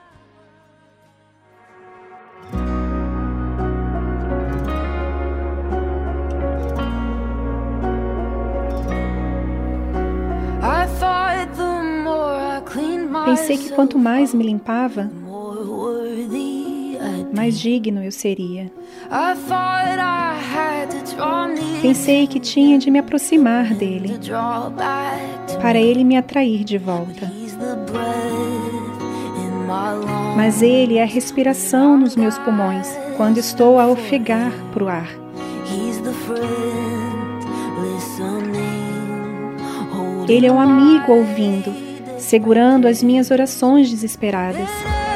I thought the more I cleaned Pensei que quanto mais me limpava, more worthy I'd be. mais digno eu seria. I thought I had to draw near Pensei que tinha de me aproximar to dele, draw back to para ele me atrair de volta. He's the breath in my lungs. Mas ele é a respiração nos meus pulmões, quando estou a ofegar pro ar. He's the friend listening. Oh, Ele é um amigo ouvindo, segurando as minhas orações desesperadas.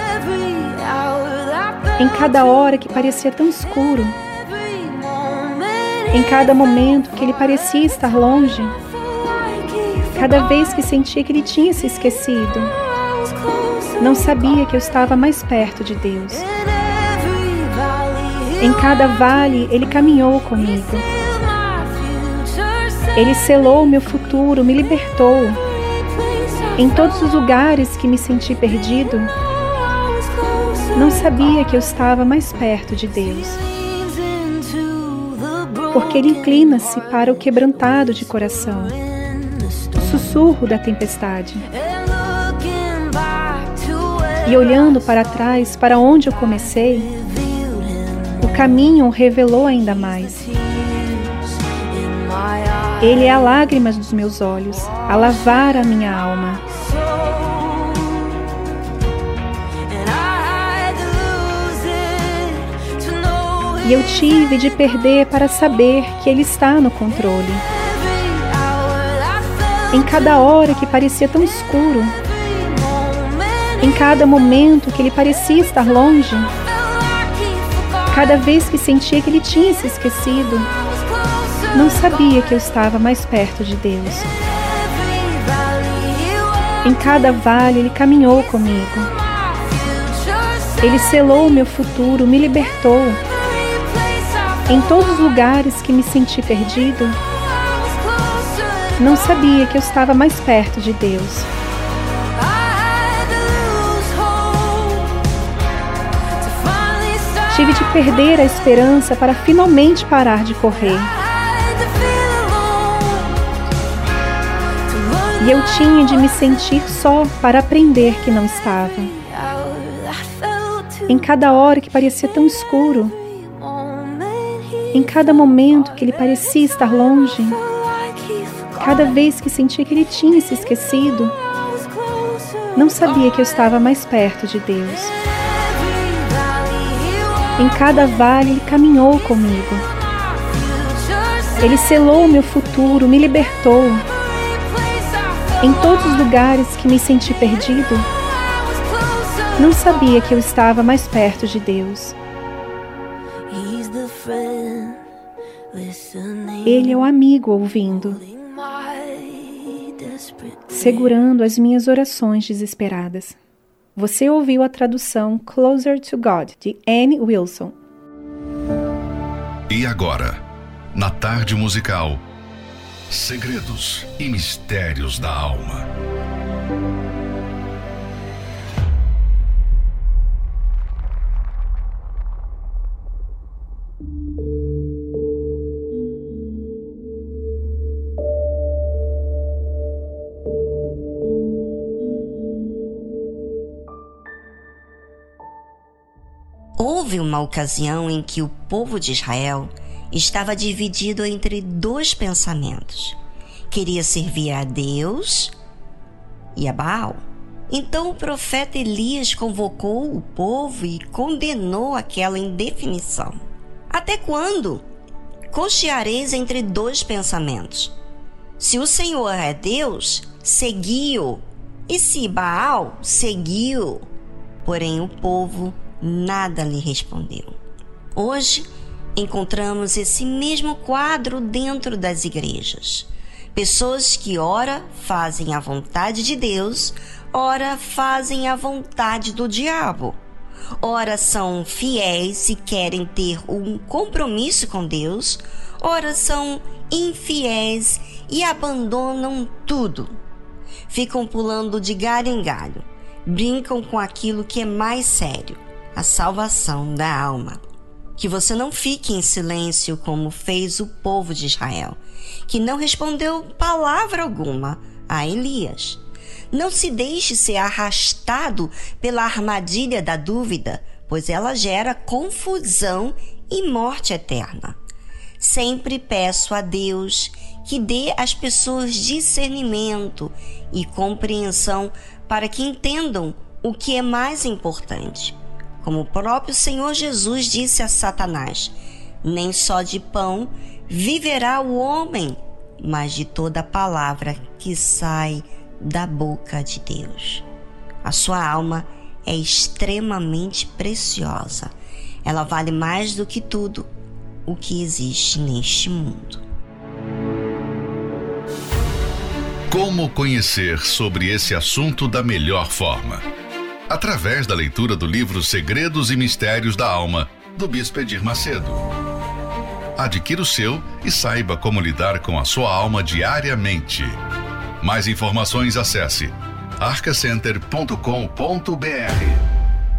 Em cada hora que parecia tão escuro, em cada momento que ele parecia estar longe, cada vez que sentia que ele tinha se esquecido, não sabia que eu estava mais perto de Deus. Em cada vale, ele caminhou comigo. Ele selou o meu futuro, me libertou. Em todos os lugares que me senti perdido, não sabia que eu estava mais perto de Deus. Porque Ele inclina-se para o quebrantado de coração, o sussurro da tempestade. E olhando para trás, para onde eu comecei, o caminho o revelou ainda mais. Ele é a lágrima dos meus olhos, a lavar a minha alma. E eu tive de perder para saber que Ele está no controle. Em cada hora que parecia tão escuro, em cada momento que Ele parecia estar longe, cada vez que sentia que Ele tinha se esquecido, não sabia que eu estava mais perto de Deus. Em cada vale Ele caminhou comigo. Ele selou o meu futuro, me libertou. Em todos os lugares que me senti perdido, não sabia que eu estava mais perto de Deus. Tive de perder a esperança para finalmente parar de correr. E eu tinha de me sentir só para aprender que não estava. Em cada hora que parecia tão escuro, em cada momento que Ele parecia estar longe, cada vez que sentia que Ele tinha se esquecido, não sabia que eu estava mais perto de Deus. Em cada vale Ele caminhou comigo. Ele selou o meu futuro, me libertou. Em todos os lugares que me senti perdido, não sabia que eu estava mais perto de Deus. Ele é o amigo ouvindo, segurando as minhas orações desesperadas. Você ouviu a tradução Closer to God, de Anne Wilson. E agora, na tarde musical, segredos e mistérios da alma. Houve uma ocasião em que o povo de Israel estava dividido entre dois pensamentos. Queria servir a Deus e a Baal. Então o profeta Elias convocou o povo e condenou aquela indefinição. Até quando cocheareis entre dois pensamentos? Se o Senhor é Deus, segui-o, e se Baal, segui-o. Porém o povo nada lhe respondeu. Hoje encontramos esse mesmo quadro dentro das igrejas. Pessoas que ora fazem a vontade de Deus, ora fazem a vontade do diabo. Ora são fiéis e querem ter um compromisso com Deus, ora são infiéis e abandonam tudo. Ficam pulando de galho em galho, brincam com aquilo que é mais sério, a salvação da alma. Que você não fique em silêncio como fez o povo de Israel, que não respondeu palavra alguma a Elias. Não se deixe ser arrastado pela armadilha da dúvida, pois ela gera confusão e morte eterna. Sempre peço a Deus que dê às pessoas discernimento e compreensão para que entendam o que é mais importante. Como o próprio Senhor Jesus disse a Satanás: nem só de pão viverá o homem, mas de toda palavra que sai da boca de Deus. A sua alma é extremamente preciosa. Ela vale mais do que tudo o que existe neste mundo. Como conhecer sobre esse assunto da melhor forma? Através da leitura do livro Segredos e Mistérios da Alma, do Bispo Edir Macedo. Adquira o seu e saiba como lidar com a sua alma diariamente. Mais informações, acesse arca center ponto com ponto b r.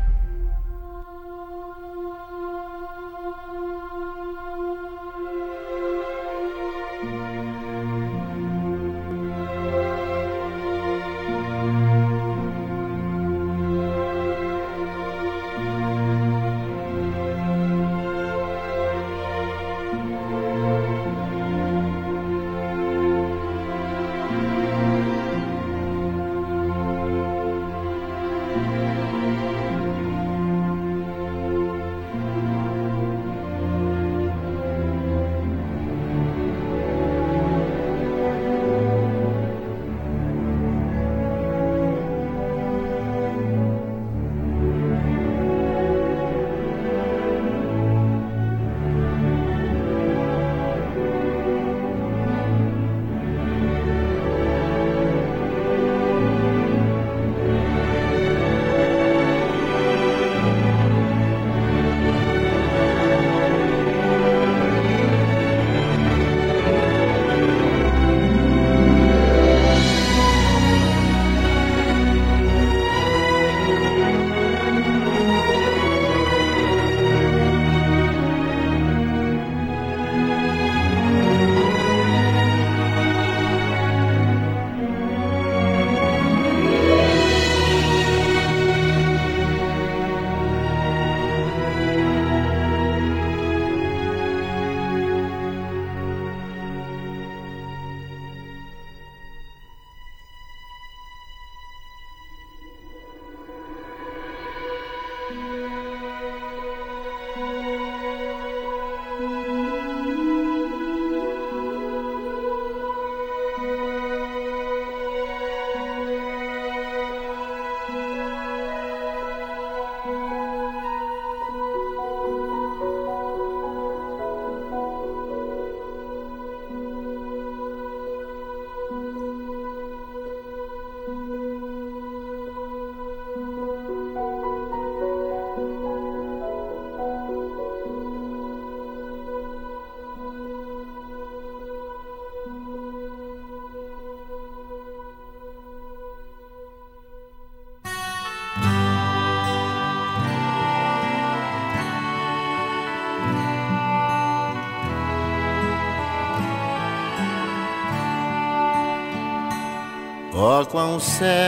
Ó, quão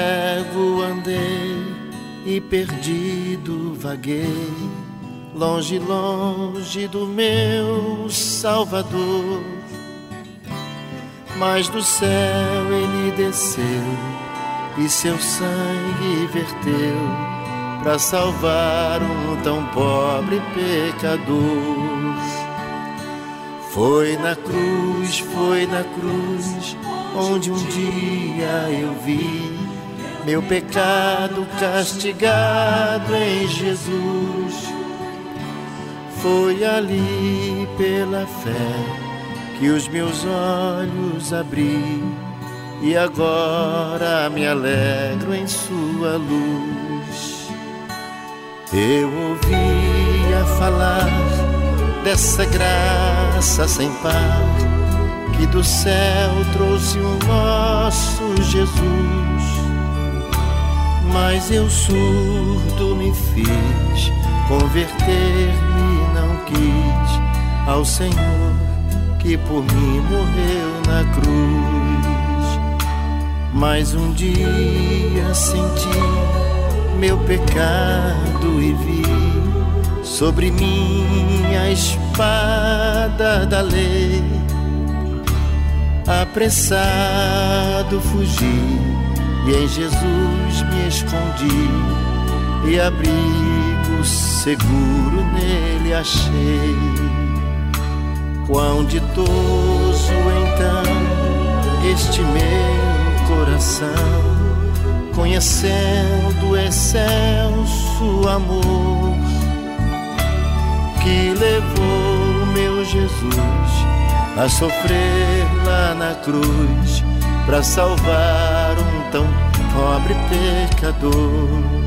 cego andei e perdido vaguei, longe, longe do meu Salvador. Mas do céu ele desceu e seu sangue verteu para salvar um tão pobre pecador. Foi na cruz, foi na cruz, onde um dia eu vi meu pecado castigado em Jesus. Foi ali pela fé que os meus olhos abri, e agora me alegro em sua luz. Eu ouvia falar dessa graça sem par, que do céu trouxe o nosso Jesus. Mas eu surdo me fiz, converter-me não quis ao Senhor que por mim morreu na cruz. Mas um dia senti meu pecado e vi sobre mim a espada da lei. Apressado fugi e em Jesus me escondi, e abrigo seguro nele achei. Quão ditoso então este meu coração, conhecendo o excelso amor que levou meu Jesus a sofrer lá na cruz para salvar um tão pobre pecador.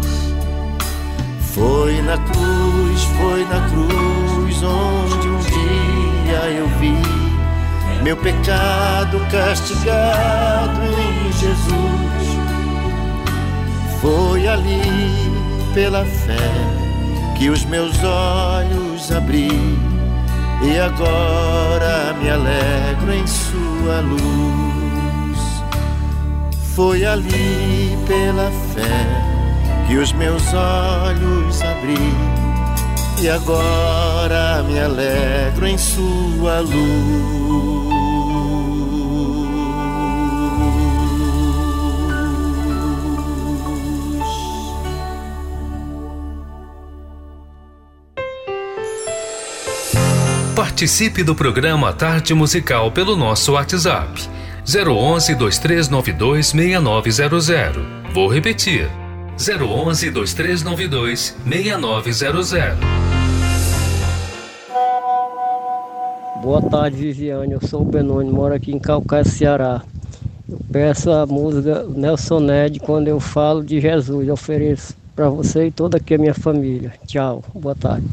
Foi na cruz, foi na cruz onde um dia eu vi meu pecado castigado em Jesus. Foi ali pela fé que os meus olhos abri e agora me alegro em sua luz. Foi ali pela fé que os meus olhos abri e agora me alegro em sua luz. Participe do programa Tarde Musical pelo nosso WhatsApp zero onze, dois três nove dois, seis nove zero zero. Vou repetir: zero onze, dois três nove dois, seis nove zero zero. Boa tarde, Viviane. Eu sou o Benoni, moro aqui em Calcaia, Ceará. Eu peço a música Nelson Ned, Quando Eu Falo de Jesus. Eu ofereço para você e toda aqui a minha família. Tchau, boa tarde.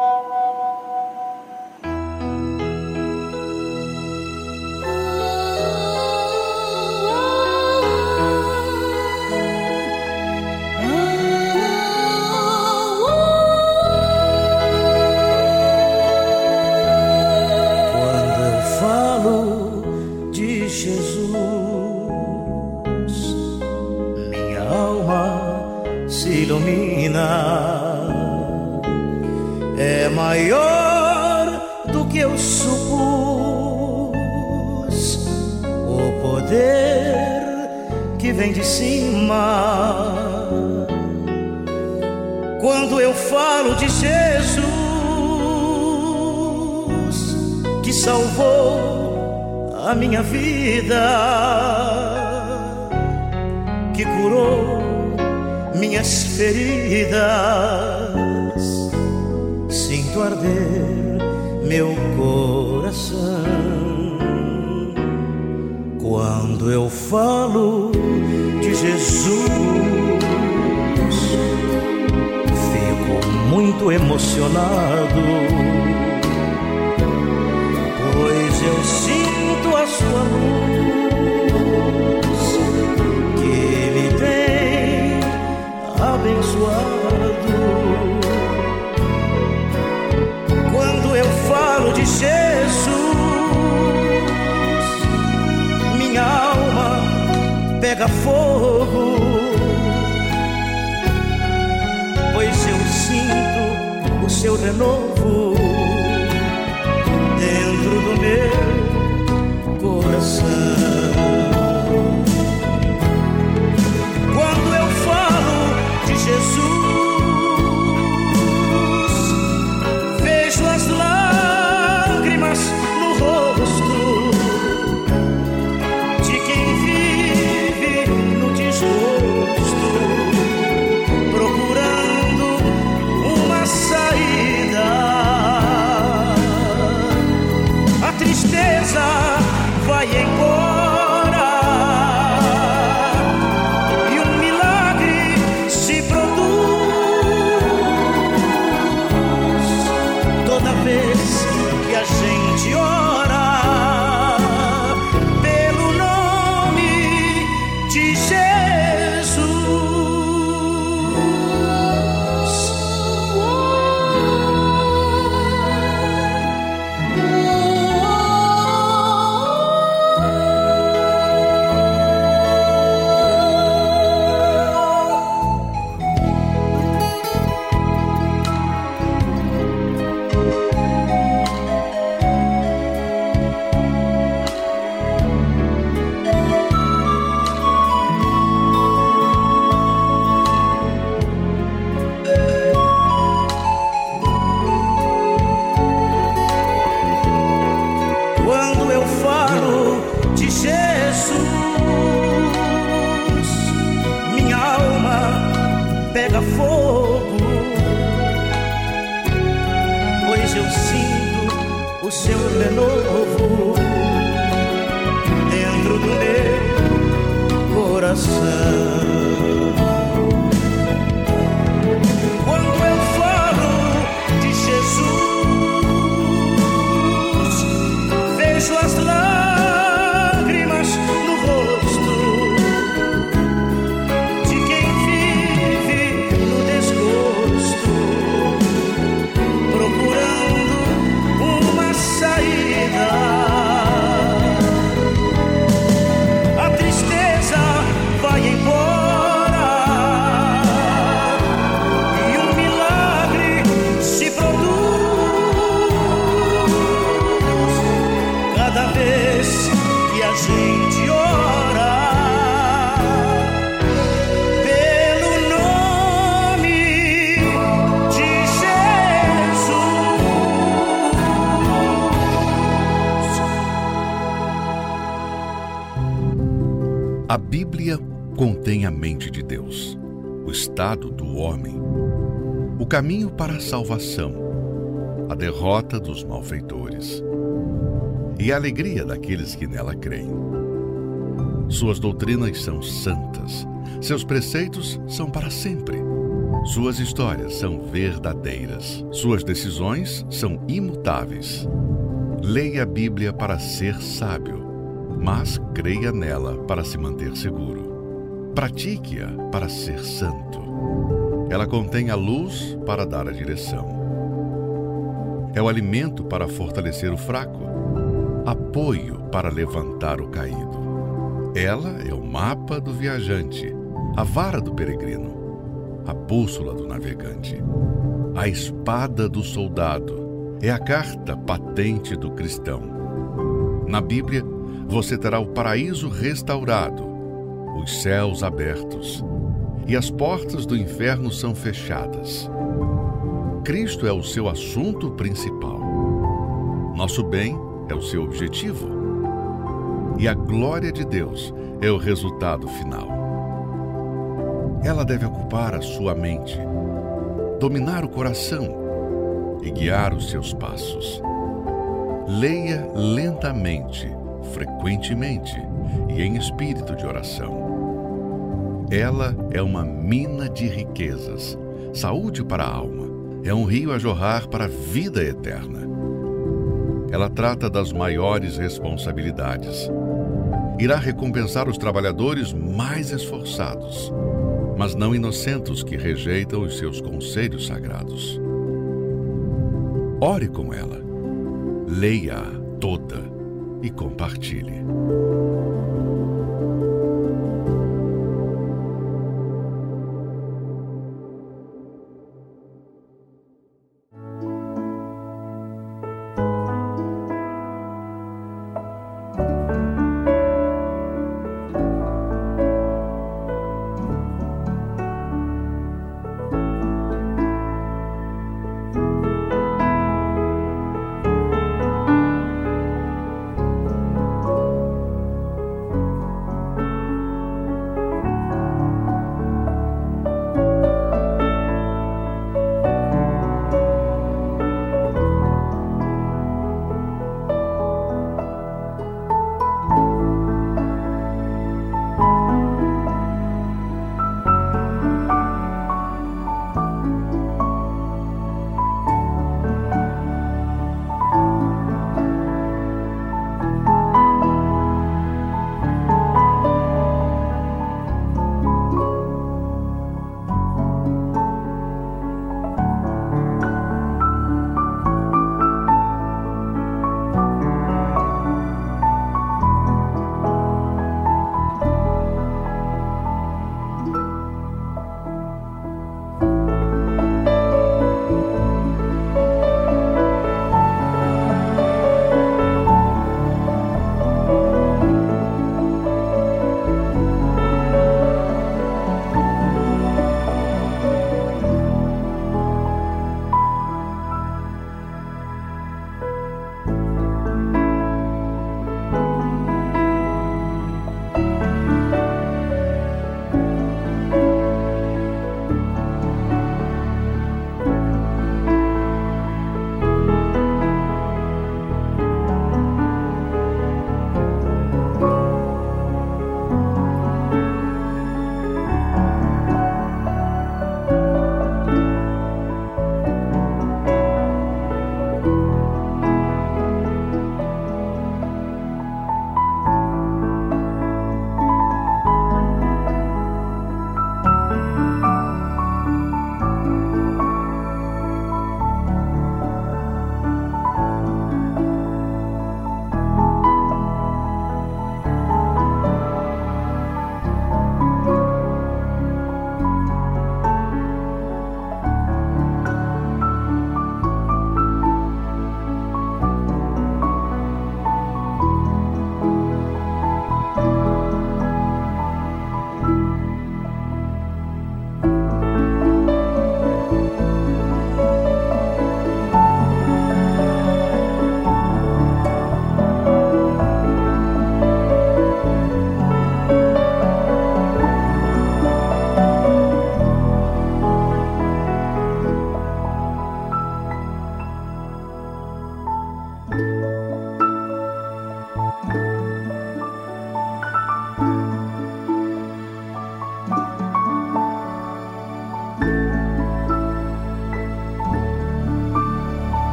É maior do que eu supus, o poder que vem de cima. Quando eu falo de Jesus, que salvou a minha vida, que curou minhas feridas, sinto arder meu coração. Quando eu falo de Jesus, fico muito emocionado, pois eu sinto a sua luz que me tem abençoado. Quando eu falo de Jesus, minha alma pega fogo, pois eu sinto o seu renovo dentro do meu coração. Quando eu falo de Jesus, vejo as lágrimas no rosto de quem vive no desgosto, procurando uma saída. coração. Quando eu falo de Jesus, vejo as lágrimas no rosto de quem vive no desgosto, procurando uma saída. A tristeza vai embora e um milagre se produz cada vez que a gente ora pelo nome de Jesus. A Bíblia contém a mente de Deus, o estado do homem, o caminho para a salvação, a derrota dos malfeitores e a alegria daqueles que nela creem. Suas doutrinas são santas, seus preceitos são para sempre. Suas histórias são verdadeiras, suas decisões são imutáveis. Leia a Bíblia para ser sábio, mas creia nela para se manter seguro. Pratique-a para ser santo. Ela contém a luz para dar a direção. É o alimento para fortalecer o fraco, apoio para levantar o caído. Ela é o mapa do viajante, a vara do peregrino, a bússola do navegante. A espada do soldado é a carta patente do cristão. Na Bíblia, você terá o paraíso restaurado, os céus abertos, e as portas do inferno são fechadas. Cristo é o seu assunto principal. Nosso bem é o seu objetivo. E a glória de Deus é o resultado final. Ela deve ocupar a sua mente, dominar o coração e guiar os seus passos. Leia lentamente, frequentemente e em espírito de oração. Ela é uma mina de riquezas, saúde para a alma, é um rio a jorrar para a vida eterna. Ela trata das maiores responsabilidades. Irá recompensar os trabalhadores mais esforçados, mas não inocentes que rejeitam os seus conselhos sagrados. Ore com ela, leia-a toda e compartilhe.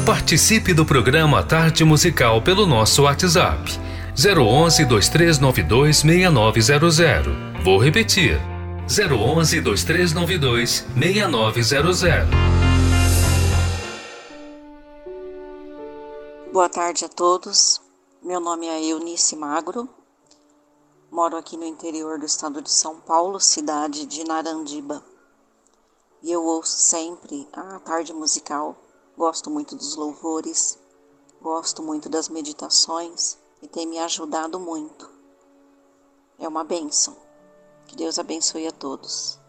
Participe do programa Tarde Musical pelo nosso WhatsApp zero onze, dois três nove dois, seis nove zero zero. Vou repetir: zero onze, dois três nove dois, seis nove zero zero. Boa tarde a todos. Meu nome é Eunice Magro. Moro aqui no interior do estado de São Paulo, cidade de Narandiba. E eu ouço sempre a Tarde Musical. Gosto muito dos louvores, gosto muito das meditações e tem me ajudado muito. É uma bênção. Que Deus abençoe a todos.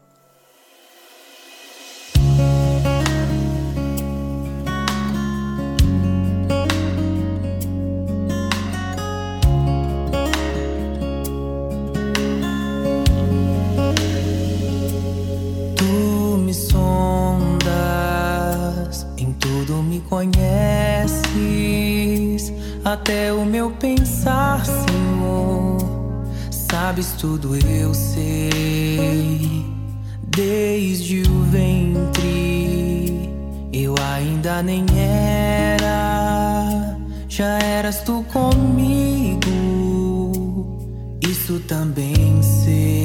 Tu me sondas, em tudo me conheces, até o meu pensar, Senhor. Sabes tudo, eu sei. Desde o ventre eu ainda nem era, já eras tu comigo, isso também sei.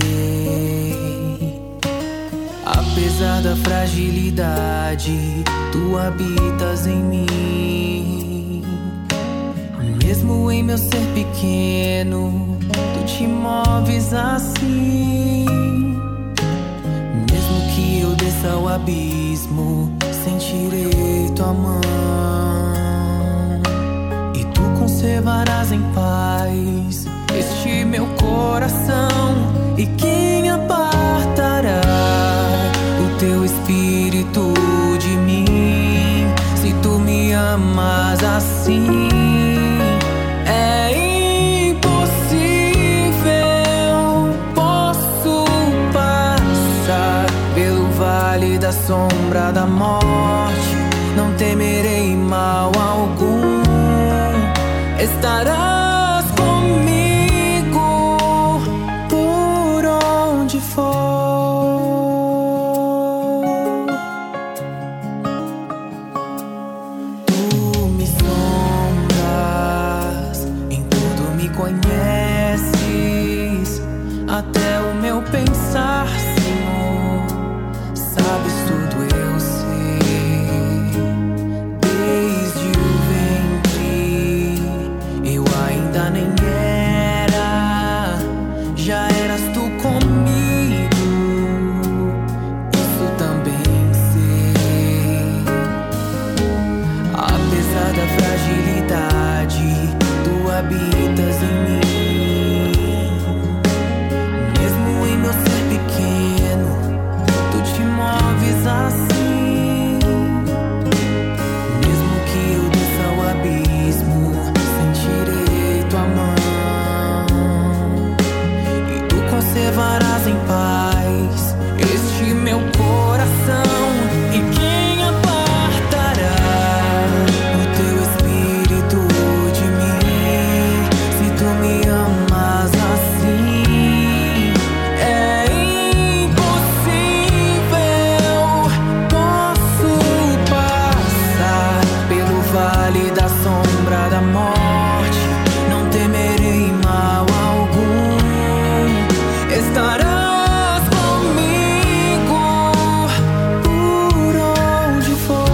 Apesar da fragilidade, tu habitas em mim. Mesmo em meu ser pequeno, tu te moves assim. Mesmo que eu desça ao abismo, sentirei tua mão, e tu conservarás em paz este meu coração. E quem apartará o teu espírito de mim, se tu me amas assim? É impossível. Posso passar pelo vale da sombra da morte, não temerei mal algum. Estarás comigo por onde for. Tu me sondas, em tudo me conheces, até o meu pensar, Senhor. Sabes tudo, eu sei. Desde o ventre eu ainda nem era, já eras tu comigo, isso também sei. Apesar da fragilidade, tu habitas em mim. Mesmo em meu ser pequeno, tu te moves assim. Mesmo que eu desça ao abismo, sentirei tua mão, e tu conservarás em paz este meu coração. E quem apartará o teu espírito de mim, se tu me amas assim? É impossível. Posso passar pelo vale da sombra da morte, não temerei mal algum. Estarás comigo por onde for.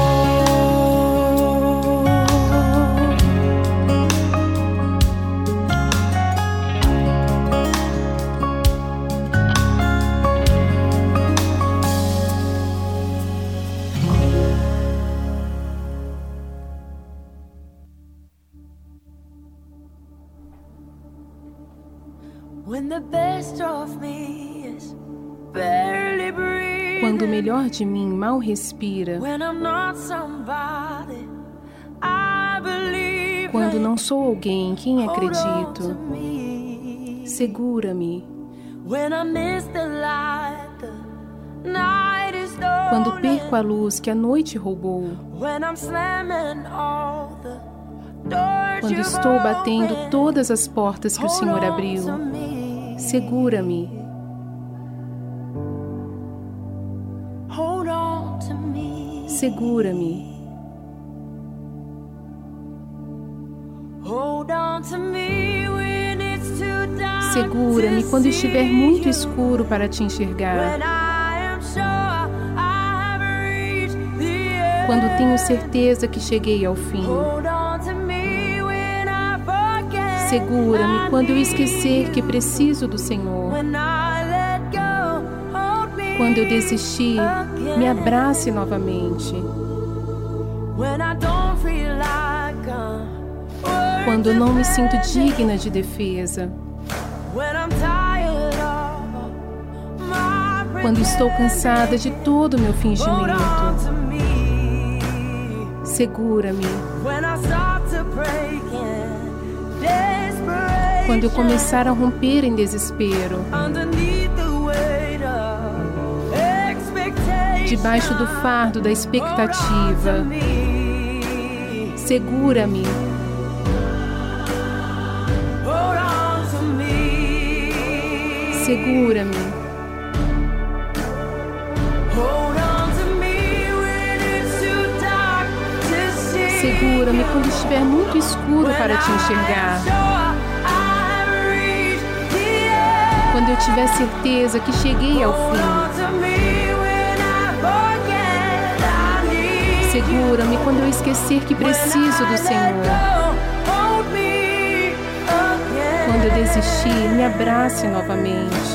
When the best of me is barely breathing, Quando o melhor de mim mal respira, when I'm not somebody I believe quando não sou alguém em quem hold on to acredito, me, segura-me. when I miss the light, the night is stolen, Quando perco a luz que a noite roubou, when I'm slamming all the doors quando you've estou batendo opened, todas as portas que o hold Senhor on abriu, to me, segura-me. hold on to me, Segura-me. Segura-me quando estiver muito escuro para te enxergar. Quando tenho certeza que cheguei ao fim. Segura-me quando eu esquecer que preciso do Senhor. Quando eu desistir, me abrace novamente. Quando eu não me sinto digna de defesa. Quando estou cansada de todo o meu fingimento. Segura-me. Quando eu começar a romper em desespero. Debaixo do fardo da expectativa. Segura-me. Segura-me. Segura-me quando estiver muito escuro para te enxergar. Quando eu tiver certeza que cheguei ao fim. Segura-me quando eu esquecer que preciso do Senhor. Quando eu desistir, me abrace novamente.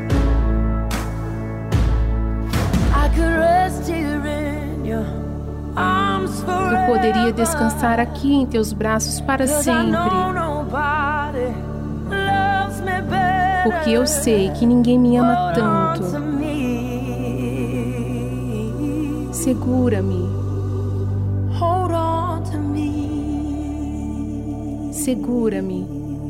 Eu poderia descansar aqui em teus braços para sempre. Porque eu sei que ninguém me ama tanto. Segura-me. Segura-me.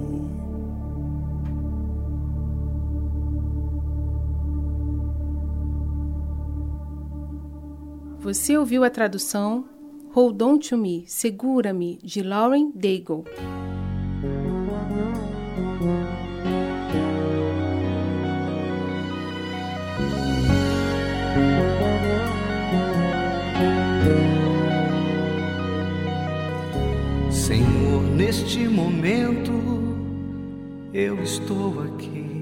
Você ouviu a tradução Hold On To Me, Segura-me, de Lauren Daigle. Senhor, neste momento eu estou aqui.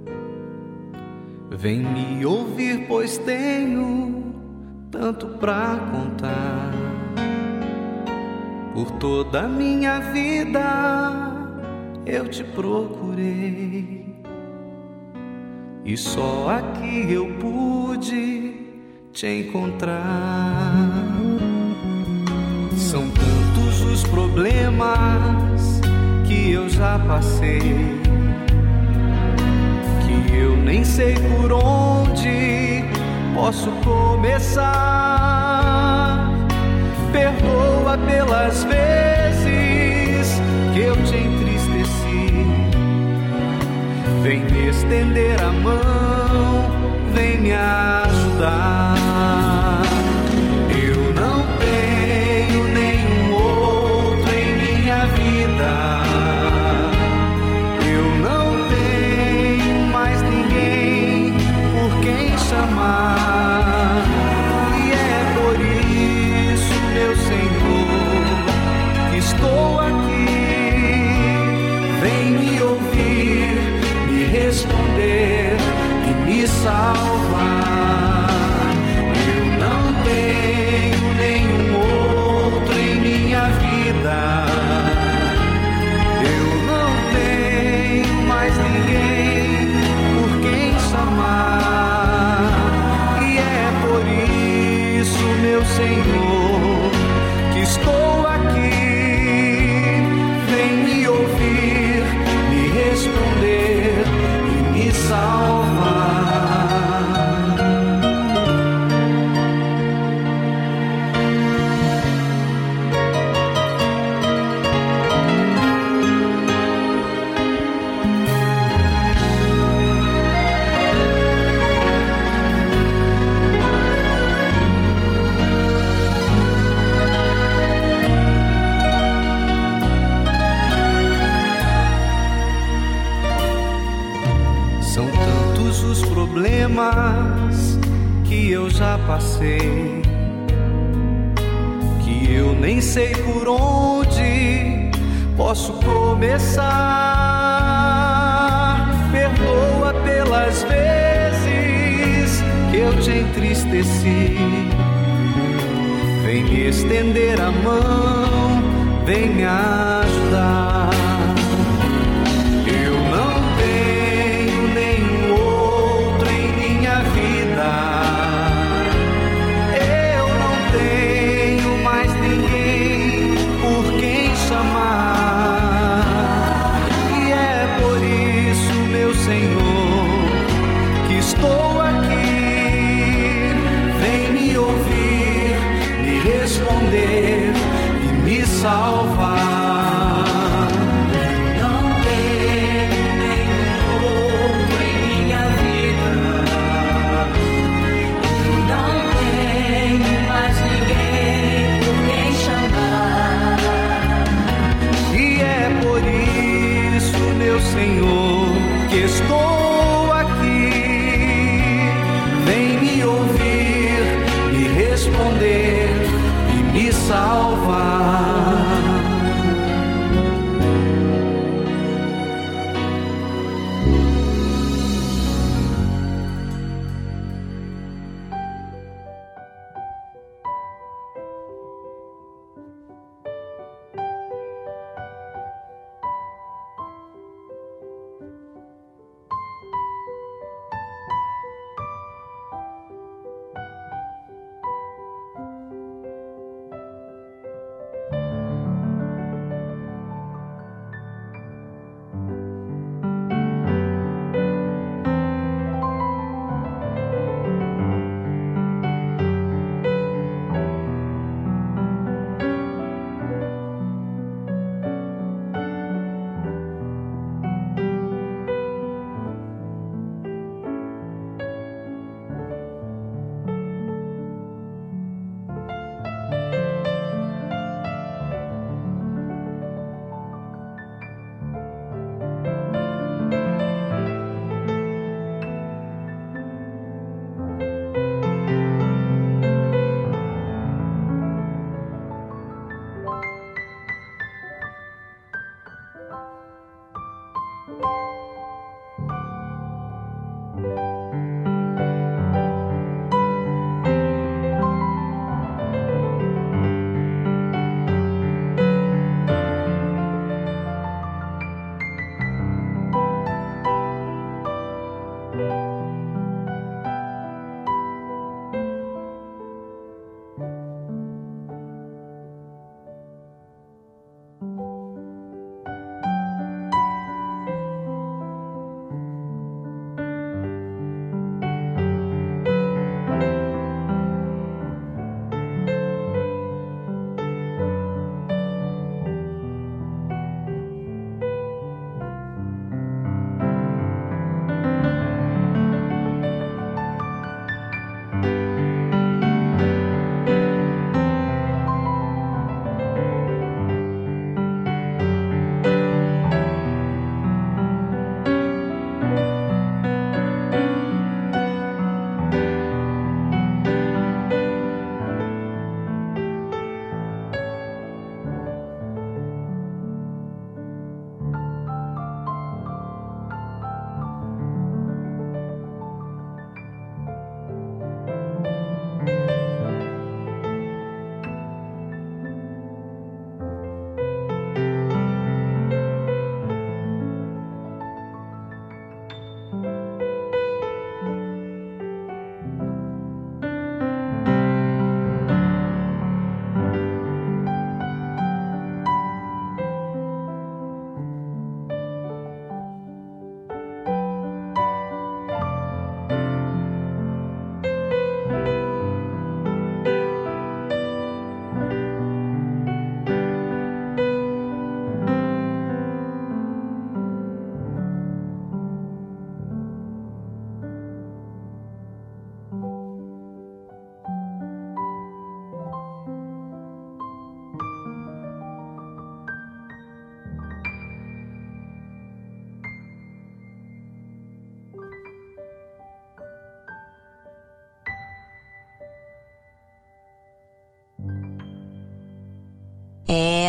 Vem me ouvir, pois tenho tanto pra contar. Por toda a minha vida eu te procurei, e só aqui eu pude te encontrar. São tantos os problemas que eu já passei, que eu nem sei por onde posso começar. Perdoa pelas vezes que eu te entristeci. Vem me estender a mão, vem me ajudar. Eu não tenho nenhum outro em minha vida. Eu não tenho mais ninguém por quem chamar. E é por isso, meu Senhor, que estou aqui. Vem me ouvir, me responder e me salvar. Eu não tenho nenhum outro em minha vida. Eu não tenho mais ninguém por quem chamar. E é por isso, meu Senhor, que estou aqui. Vem me ouvir, me responder e me salvar. São tantos os problemas que eu já passei, que eu nem sei por onde posso começar. Perdoa pelas vezes que eu te entristeci. Vem me estender a mão, vem me ajudar. Eu não tenho nenhum outro em minha vida. Eu não tenho mais ninguém por quem chamar. E é por isso, meu Senhor, que estou aqui. Vem me ouvir, me responder e me salvar. Não tenho nenhum outro em minha vida. Eu não tenho mais ninguém por quem chamar. E é por isso, meu Senhor, que estou aqui. Vem me ouvir, me responder e me salvar.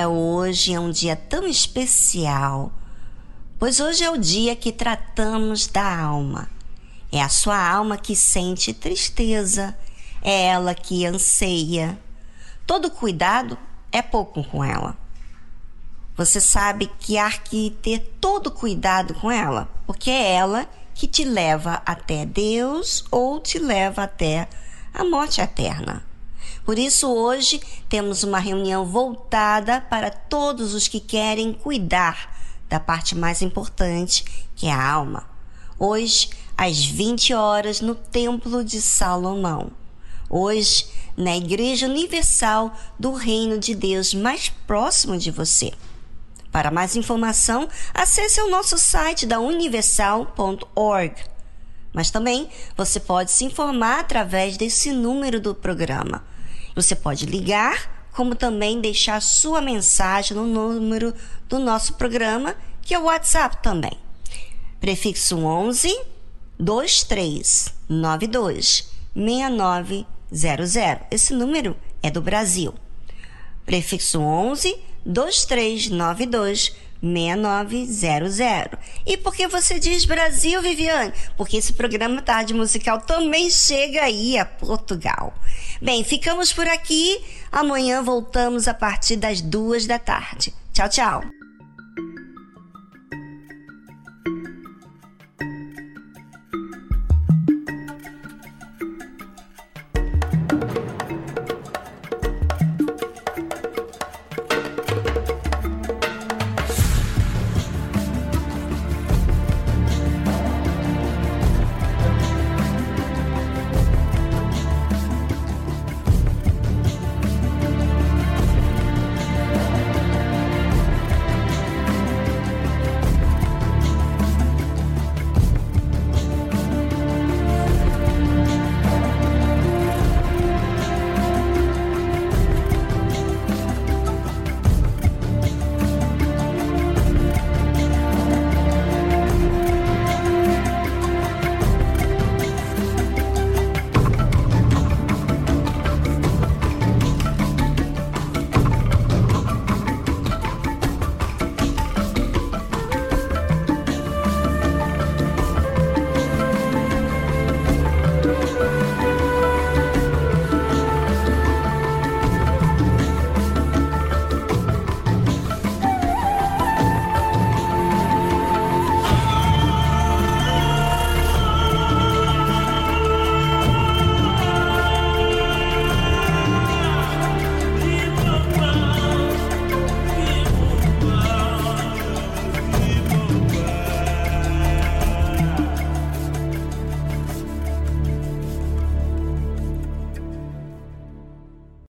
É, hoje é um dia tão especial, pois hoje é o dia que tratamos da alma. É a sua alma que sente tristeza, é ela que anseia. Todo cuidado é pouco com ela. Você sabe que há que ter todo cuidado com ela, porque é ela que te leva até Deus ou te leva até a morte eterna. Por isso, hoje, temos uma reunião voltada para todos os que querem cuidar da parte mais importante, que é a alma. Hoje, às vinte horas, no Templo de Salomão. Hoje, na Igreja Universal do Reino de Deus mais próximo de você. Para mais informação, acesse o nosso site da universal ponto org. Mas também você pode se informar através desse número do programa. Você pode ligar, como também deixar sua mensagem no número do nosso programa, que é o WhatsApp também. Prefixo onze, dois três nove dois, seis nove zero zero. Esse número é do Brasil. Prefixo onze, dois três nove dois, seis nove zero zero. E por que você diz Brasil, Viviane? Porque esse programa Tarde Musical também chega aí a Portugal. Bem, ficamos por aqui. Amanhã voltamos a partir das duas da tarde. Tchau, tchau.